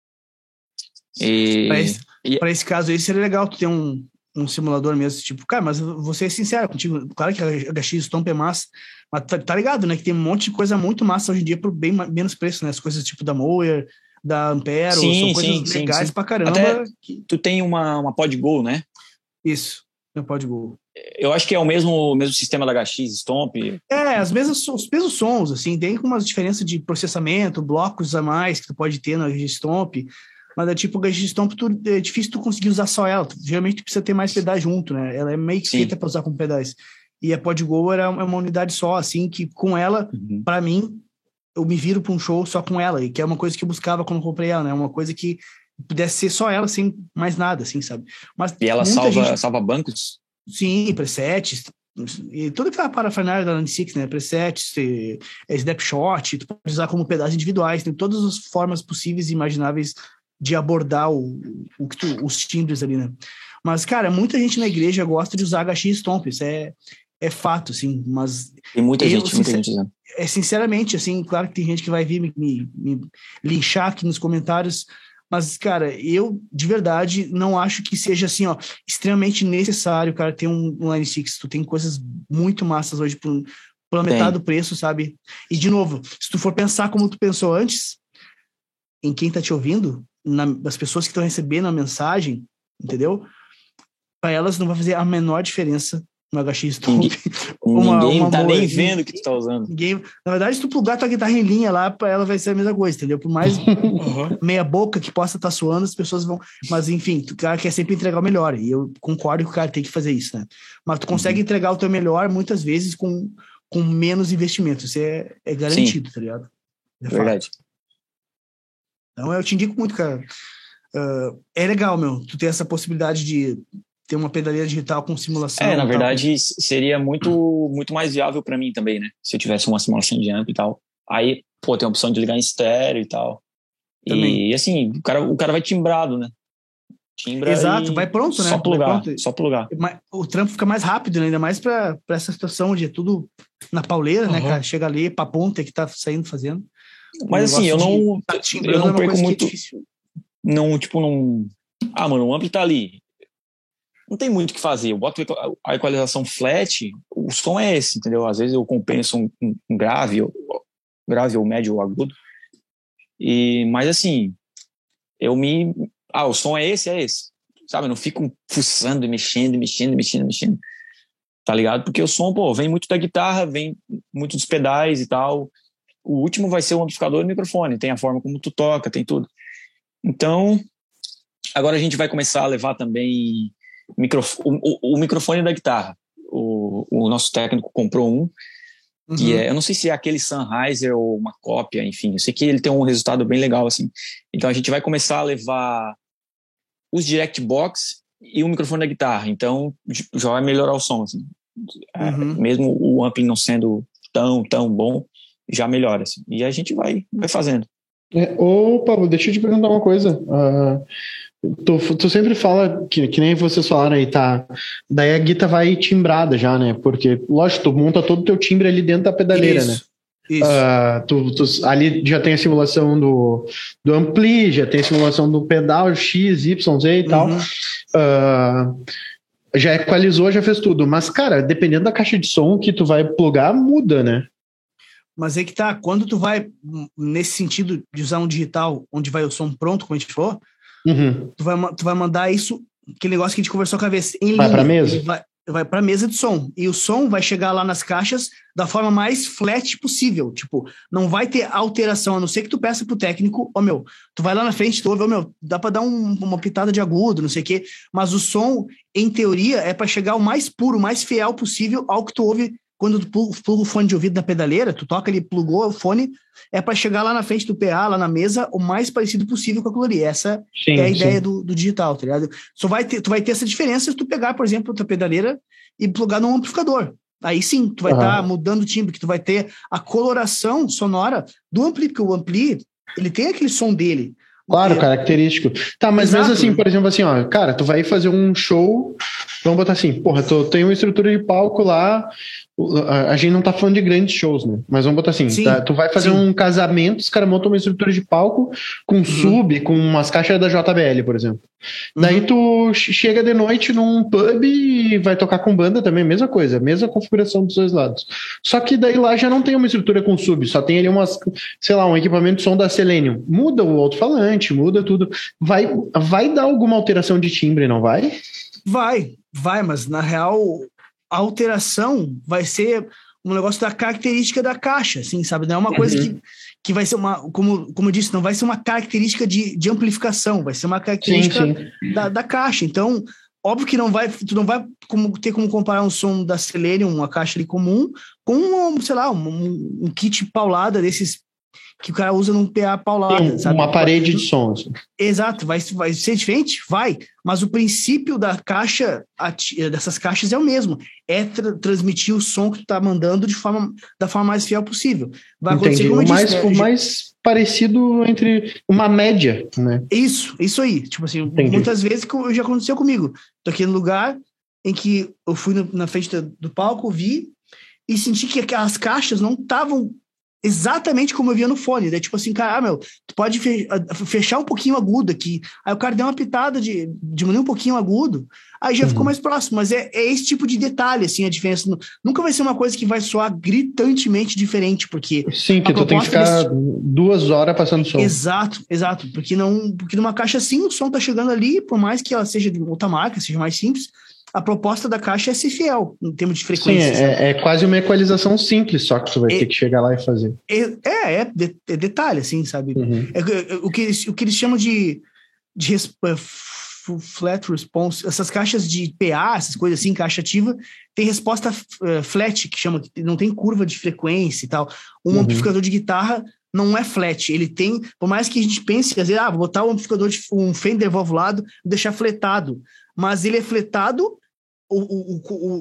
E... Para esse, e... esse caso aí, seria legal tu ter um, um simulador mesmo, tipo, cara, mas vou ser sincero contigo, claro que a H X Stomp é massa, mas tá, tá ligado, né, que tem um monte de coisa muito massa hoje em dia por bem menos preço, né, as coisas tipo da Mower, da Ampero, sim, são coisas sim, legais sim, pra caramba. Até que... tu tem uma, uma PodGo, né? Isso, uma PodGo. Eu acho que é o mesmo, mesmo sistema da H X Stomp. É, as mesmas, os mesmos sons, assim, tem umas diferenças de processamento, blocos a mais que tu pode ter na H X Stomp, mas é tipo, a H X Stomp tu, é difícil tu conseguir usar só ela, tu, geralmente tu precisa ter mais pedais junto, né, ela é meio que Sim. feita para usar com pedais, e a PodGo era uma unidade só, assim, que com ela, uhum. para mim, eu me viro para um show só com ela, e que é uma coisa que eu buscava quando eu comprei ela, né, uma coisa que pudesse ser só ela, sem mais nada, assim, sabe. Mas e ela salva, gente... salva bancos? Sim, presets, e toda aquela parafernália da Line six, né, presets, snapshot, tu pode usar como pedaços individuais, tem todas as formas possíveis e imagináveis de abordar o, o que tu, os timbres ali, né. Mas, cara, muita gente na igreja gosta de usar H X Stomp, isso é, é fato, assim, mas... Tem muita eu, gente, muita gente usando. É, sinceramente, assim, claro que tem gente que vai vir me, me, me linchar aqui nos comentários, mas, cara, eu, de verdade, não acho que seja, assim, ó, extremamente necessário, cara, ter um, um Line six. Tu tem coisas muito massas hoje por, pela metade do preço, sabe? E, de novo, se tu for pensar como tu pensou antes, em quem tá te ouvindo, na, nas pessoas que estão recebendo a mensagem, entendeu? Para elas não vai fazer a menor diferença no H X Stomp. Ninguém, uma, ninguém uma tá boa, nem vendo o que tu tá usando. Ninguém, na verdade, se tu plugar tua guitarra em linha lá, para ela vai ser a mesma coisa, entendeu? Por mais uhum. meia boca que possa estar tá suando, as pessoas vão... Mas, enfim, o cara quer sempre entregar o melhor, e eu concordo que o cara tem que fazer isso, né? Mas tu consegue uhum. entregar o teu melhor, muitas vezes, com, com menos investimento. Isso é, é garantido, Sim. tá ligado? É verdade. Então, eu te indico muito, cara. Uh, é legal, meu, tu ter essa possibilidade de ter uma pedaleira digital com simulação. É, na verdade, tal. seria muito, muito mais viável para mim também, né? Se eu tivesse uma simulação de amp e tal. Aí, pô, tem a opção de ligar em estéreo e tal. Também. E, assim, o cara, o cara vai timbrado, né? Timbra Exato, vai pronto, né? Só plugar, pronto. só plugar. O trampo fica mais rápido, né? Ainda mais pra, pra essa situação onde é tudo na pauleira, uhum. né, cara? Chega ali, papum, tem que estar tá saindo fazendo. Mas, assim, eu não, tá eu não perco muito... Não, tipo, não... Ah, mano, o ampli tá ali. Não tem muito o que fazer. Eu boto a equalização flat, o som é esse, entendeu? Às vezes eu compenso um, um grave, ou, grave ou médio ou agudo. E, mas assim, eu me... Ah, o som é esse, é esse. Sabe? Eu não fico fuçando e mexendo, mexendo, mexendo, mexendo. Tá ligado? Porque o som, pô, vem muito da guitarra, vem muito dos pedais e tal. O último vai ser o amplificador e o microfone. Tem a forma como tu toca, tem tudo. Então, agora a gente vai começar a levar também... Microf- o, o, o microfone da guitarra. O, o nosso técnico comprou um, uhum. que é, eu não sei se é aquele Sennheiser ou uma cópia, enfim, eu sei que ele tem um resultado bem legal, assim. Então a gente vai começar a levar os direct box e o microfone da guitarra, então já vai melhorar o som, assim. É, uhum. Mesmo o ampli não sendo tão, tão bom, já melhora, assim. E a gente vai, vai fazendo. É, ô, Pablo, deixa eu te perguntar uma coisa. Uh... Tu, tu sempre fala, que, que nem vocês falaram aí, tá? Daí a guitarra vai timbrada já, né? Porque, lógico, tu monta todo o teu timbre ali dentro da pedaleira, isso, né? Isso. Uh, tu, tu, ali já tem a simulação do, do ampli, já tem a simulação do pedal X, Y, Z e uhum. tal. Uh, já equalizou, já fez tudo. Mas, cara, dependendo da caixa de som que tu vai plugar, muda, né? Mas é que tá, quando tu vai nesse sentido de usar um digital, onde vai o som pronto, como a gente falou, Uhum. Tu, vai, tu vai mandar isso, aquele negócio que a gente conversou com a vez, em linha. Vai pra mesa? Vai, vai pra mesa de som. E o som vai chegar lá nas caixas da forma mais flat possível. Tipo, não vai ter alteração, a não ser que tu peça pro técnico, ó, oh, meu, tu vai lá na frente, tu ouve, ó, oh, meu, dá pra dar um, uma pitada de agudo, não sei o quê. Mas o som, em teoria, é pra chegar o mais puro, o mais fiel possível ao que tu ouve quando tu pluga o fone de ouvido da pedaleira, tu toca ali, plugou o fone, é para chegar lá na frente do P A, lá na mesa, o mais parecido possível com aquilo ali. Essa sim, é a sim. ideia do, do digital, tá ligado? Só vai ter, tu vai ter essa diferença se tu pegar, por exemplo, a tua pedaleira e plugar num amplificador. Aí sim, tu vai estar uhum. tá mudando o timbre, que tu vai ter a coloração sonora do ampli, porque o ampli, ele tem aquele som dele, Claro, É. característico. Tá, mas Exato. mesmo assim, por exemplo, assim, ó, cara, tu vai fazer um show, vamos botar assim, porra, tu tem uma estrutura de palco lá, a, a gente não tá falando de grandes shows, né? Mas vamos botar assim, Sim, tá, tu vai fazer sim. um casamento, os caras montam uma estrutura de palco com sub, com umas caixas da J B L, por exemplo. Daí Uhum. tu che- chega de noite num pub e vai tocar com banda também, mesma coisa, mesma configuração dos dois lados. Só que daí lá já não tem uma estrutura com sub, só tem ali umas, sei lá, um equipamento de som da Selenium. Muda o alto-falante, muda tudo. Vai, vai dar alguma alteração de timbre, não vai? Vai, vai, mas na real a alteração vai ser um negócio da característica da caixa, assim, sabe? Não é uma coisa Uhum. que, que vai ser uma, como, como eu disse, não vai ser uma característica de, de amplificação, vai ser uma característica Sim, Da, da caixa. Então, óbvio que não vai, tu não vai como, ter como comparar um som da Selenium, uma caixa ali comum, com, um, sei lá, um, um kit paulada desses que o cara usa num P A paulada, Tem sabe? uma parede de som. Assim. Exato, vai, vai ser diferente? Vai, mas o princípio da caixa, ati- dessas caixas é o mesmo, é tra- transmitir o som que tu tá mandando de forma, da forma mais fiel possível. Vai acontecer Entendi. como O eu mais, disse, né? o mais parecido entre uma média, né? Isso, isso aí. Tipo assim, Entendi. muitas vezes que já aconteceu comigo. Tô aqui no lugar em que eu fui no- na frente do, do palco, vi e senti que aquelas caixas não estavam exatamente como eu via no fone. Daí, tipo assim, cara, ah, meu, tu pode fe- a- fechar um pouquinho agudo aqui. Aí o cara deu uma pitada de diminuir um pouquinho o agudo, aí já Uhum. ficou mais próximo. Mas é, é esse tipo de detalhe, assim, a diferença. Nu- Nunca vai ser uma coisa que vai soar gritantemente diferente, porque Sim, que a tu tem que proposta ficar desse- duas horas passando som. Exato, exato. Porque, não, porque numa caixa assim, o som tá chegando ali, por mais que ela seja de outra marca, seja mais simples, a proposta da caixa é ser fiel, em termos de Sim, frequência. sabe? é, é quase uma equalização simples, só que tu vai E- ter que chegar lá e fazer. É, é, é, de- é detalhe, assim, sabe? Uhum. É, é, é, o, que eles, o que eles chamam de, de res- é, f- flat response, essas caixas de P A, essas coisas assim, caixa ativa, tem resposta uh, flat, que chama, que não tem curva de frequência e tal. Um Uhum. amplificador de guitarra não é flat, ele tem, por mais que a gente pense, às vezes, ah, vou botar um amplificador de um Fender valvulado e deixar fletado, mas ele é fletado. O, o,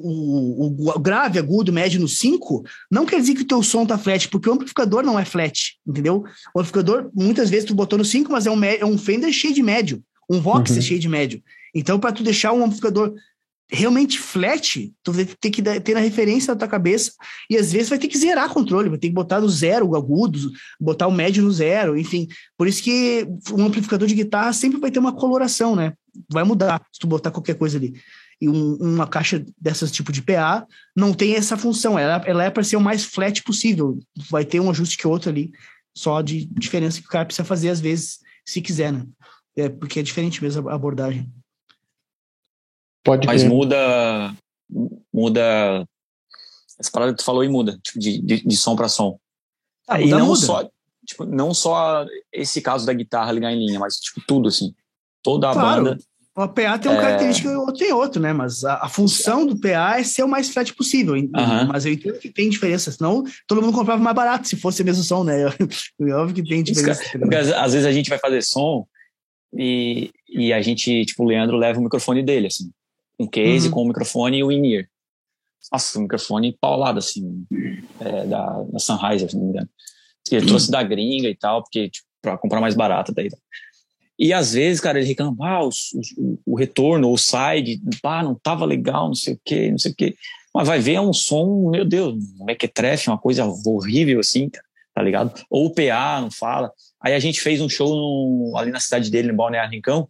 o, o, o grave, agudo, médio no cinco, não quer dizer que o teu som tá flat, porque o amplificador não é flat, entendeu? O amplificador, muitas vezes tu botou no cinco, mas é um, é um Fender cheio de médio, um Vox Uhum. é cheio de médio. Então, para tu deixar um amplificador realmente flat, tu vai ter que ter na referência na tua cabeça, e às vezes vai ter que zerar controle, vai ter que botar no zero o agudo, botar o médio no zero, enfim. Por isso que um amplificador de guitarra sempre vai ter uma coloração, né? Vai mudar se tu botar qualquer coisa ali. E um, uma caixa dessas tipo de P A não tem essa função, ela, ela é para ser o mais flat possível, vai ter um ajuste que outro ali, só de diferença que o cara precisa fazer às vezes, se quiser, né? É, porque é diferente mesmo a abordagem. Pode Mas crer. muda, muda, essa parada que tu falou e muda, tipo, de, de, de som para som. Ah, e muda, não muda. só, tipo, não só esse caso da guitarra ligar em linha, mas tipo tudo assim, toda a Claro. banda. O P A tem uma É... característica e o outro tem outro, né? Mas a, a função do P A é ser o mais flat possível. Uhum. Mas eu entendo que tem diferença, senão todo mundo comprava mais barato se fosse o mesmo som, né? É óbvio que tem diferença. Isso, porque às, às vezes a gente vai fazer som e, e a gente, tipo, o Leandro leva o microfone dele, assim, um case Uhum. com o microfone e o in-ear. Nossa, o microfone paulado, assim, é, da, da Sennheiser, se não me engano. Ele Uhum. trouxe da gringa e tal, porque, tipo, pra comprar mais barato daí. E às vezes, cara, ele reclama, ah, o, o, o retorno, ou o side, pá, não tava legal, não sei o que, não sei o que. Mas vai ver, é um som, meu Deus, um mequetrefe, uma coisa horrível assim, tá ligado? Ou o P A não fala. Aí a gente fez um show no, ali na cidade dele, no Balneário Rincão,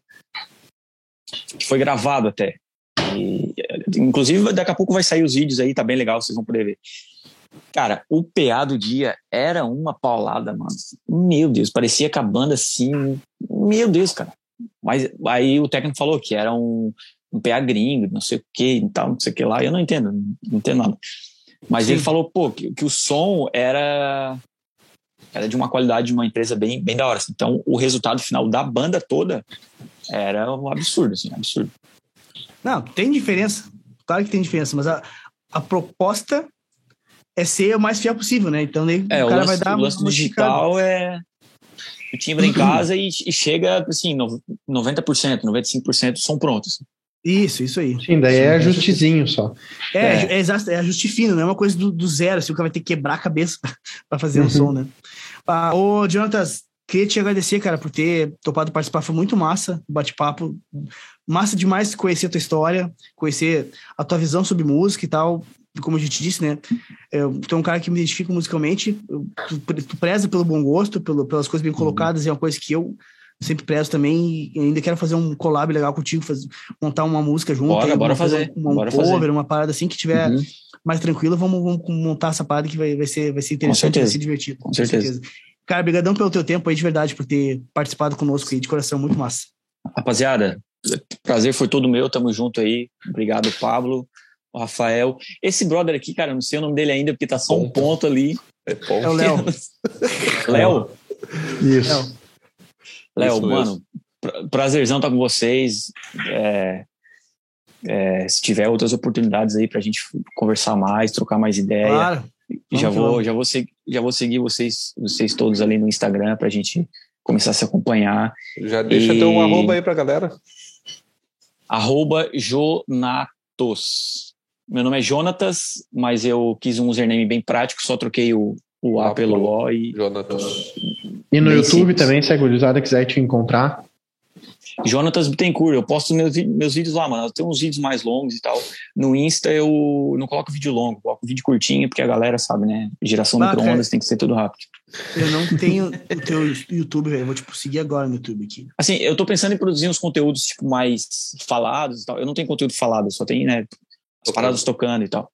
que foi gravado até. E, inclusive, daqui a pouco vai sair os vídeos aí, tá bem legal, vocês vão poder ver. Cara, o P A do dia era uma paulada, mano. Meu Deus, parecia que a banda assim. Meu Deus, cara. Mas aí o técnico falou que era um, um P A gringo, não sei o que e tal, não sei o que lá. Eu não entendo, não entendo nada. Mas Sim. ele falou, pô, que, que o som era, era de uma qualidade de uma empresa bem, bem da hora. Assim. Então o resultado final da banda toda era um absurdo, assim, absurdo. Não, tem diferença. Claro que tem diferença, mas a, a proposta é ser o mais fiel possível, né? Então aí, É, o o cara lance, vai dar o lance uma do digital é o timbre em casa e, e chega assim, noventa por cento, noventa e cinco por cento são prontos. Isso, isso aí. Sim, daí é ajustezinho só. É, É. é, é, é ajuste fino, não é uma coisa do, do zero, assim, o cara vai ter que quebrar a cabeça para fazer Uhum. um som, né? Ah, ô, Jonatas, queria te agradecer, cara, por ter topado participar. Foi muito massa o bate-papo. Massa demais conhecer a tua história, conhecer a tua visão sobre música e tal. Como a gente disse, né? Eu, tu é um cara que me identifica musicalmente. Tu, tu preza pelo bom gosto, pelo, pelas coisas bem colocadas. É uma coisa que eu sempre prezo também. E ainda quero fazer um collab legal contigo, fazer, montar uma música junto. Bora, aí, bora uma, fazer. Uma, um bora cover, fazer. uma parada assim que tiver uhum. mais tranquilo. Vamos, vamos montar essa parada que vai, vai, ser, vai ser interessante, vai ser divertido. Com certeza. Com certeza. Cara, brigadão pelo teu tempo aí, de verdade, por ter participado conosco aí, de coração, muito massa. Rapaziada, prazer foi todo meu, tamo junto aí. Obrigado, Pablo, o Rafael. Esse brother aqui, cara, não sei o nome dele ainda, porque tá só um ponto ali. É, ponto. É o Léo. Léo? Isso. Léo, mano, pra, prazerzão estar com vocês. É, é, se tiver outras oportunidades aí pra gente conversar mais, trocar mais ideia. Claro. Já vou, já, vou seguir, já vou seguir vocês, vocês todos ali no Instagram pra gente começar a se acompanhar. Já deixa e... teu um arroba aí pra galera. Arroba Jonatos. Meu nome é Jonatas, mas eu quis um username bem prático, só troquei o, o A pelo O e... Jonatas. E no YouTube simples. Também, se a gurizada quiser te encontrar. Jonatas Bittencourt, eu posto meus, meus vídeos lá, mano. Eu tenho uns vídeos mais longos e tal. No Insta eu não coloco vídeo longo, coloco vídeo curtinho, porque a galera sabe, né? Geração ah, micro-ondas tem que ser tudo rápido. Eu não tenho o teu YouTube, velho. Eu vou tipo, seguir agora no YouTube aqui. Assim, eu tô pensando em produzir uns conteúdos tipo, mais falados e tal. Eu não tenho conteúdo falado, só tenho, né? As paradas tocando e tal.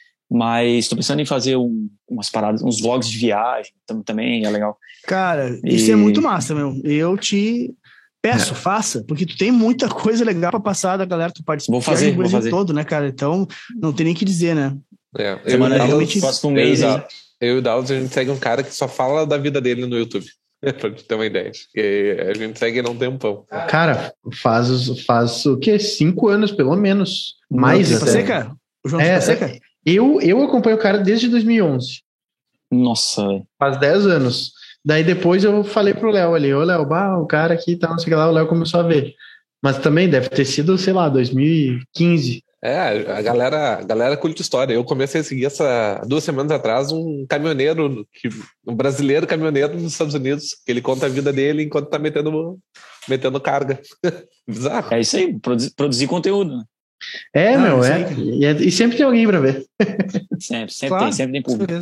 Mas tô pensando em fazer um, umas paradas, uns vlogs de viagem também, é legal. Cara, e... isso é muito massa, meu. Eu te... Peço, é. faça, porque tu tem muita coisa legal pra passar da galera, tu participa vou fazer, do Brasil vou fazer. todo, né, cara? Então, não tem nem o que dizer, né? É, eu Semana eu realmente faço um mês aí. Eu e o Dallas, a gente segue um cara que só fala da vida dele no YouTube. Pra te ter uma ideia. E a gente segue não tem um pão. Cara, faz, faz o quê? Cinco anos, pelo menos. Mais até. Você, cara? O João é, você, cara? Eu, eu acompanho o cara desde dois mil e onze. Nossa, velho. Faz dez anos. Daí depois eu falei pro Léo ali, ô Léo, bah, o cara aqui tá, não sei o que lá, o Léo começou a ver. Mas também deve ter sido, sei lá, dois mil e quinze. É, a galera, a galera curte história. Eu comecei a seguir essa duas semanas atrás um caminhoneiro, um brasileiro caminhoneiro nos Estados Unidos, que ele conta a vida dele enquanto tá metendo, metendo carga. Bizarro. É isso aí, produzir, produzir conteúdo. Né? É, não, meu, é. E, é. E sempre tem alguém pra ver. Sempre, sempre claro. tem, sempre tem público.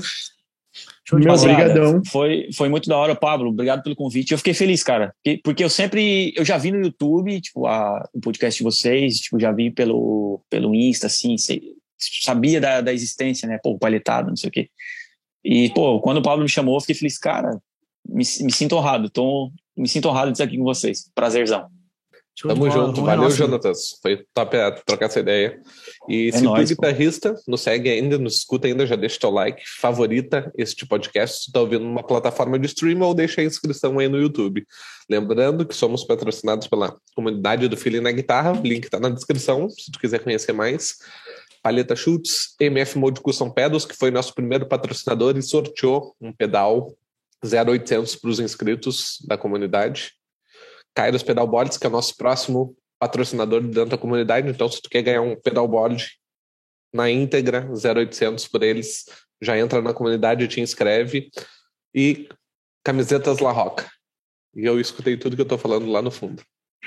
Meu, obrigadão. Foi, foi muito da hora, Pablo. Obrigado pelo convite. Eu fiquei feliz, cara. Porque, porque eu sempre... Eu já vi no YouTube, tipo, a, o podcast de vocês. Tipo, já vi pelo, pelo Insta, assim. Sei, sabia da, da existência, né? Pô, palhetada, não sei o quê. E, pô, quando o Pablo me chamou, eu fiquei feliz. Cara, me, me sinto honrado. Tô, me sinto honrado de estar aqui com vocês. Prazerzão. Tamo junto, valeu, nossa, Jonatas. Foi top trocar essa ideia. E é se tu é guitarrista, nos segue ainda, nos escuta ainda, já deixa teu like, favorita este podcast. Se tu tá ouvindo numa plataforma de stream, ou deixa a inscrição aí no YouTube. Lembrando que somos patrocinados pela comunidade do Feeling na Guitarra, o link tá na descrição, se tu quiser conhecer mais. Palheta Schultz, M F Mode Custom Pedals, que foi nosso primeiro patrocinador e sorteou um pedal zero oitocentos para os inscritos da comunidade. Kairos Pedalboards, que é o nosso próximo patrocinador dentro da comunidade. Então, se tu quer ganhar um pedalboard na íntegra, zero oitocentos por eles, já entra na comunidade e te inscreve. E camisetas La Roca. E eu escutei tudo que eu tô falando lá no fundo.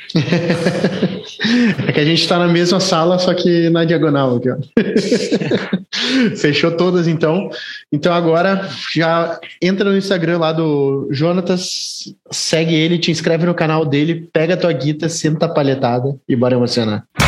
É que a gente tá na mesma sala, só que na diagonal aqui, ó. Fechou todas, então. Então agora já entra no Instagram lá do Jonatas, segue ele, te inscreve no canal dele, pega a tua guita, senta a palhetada e bora emocionar.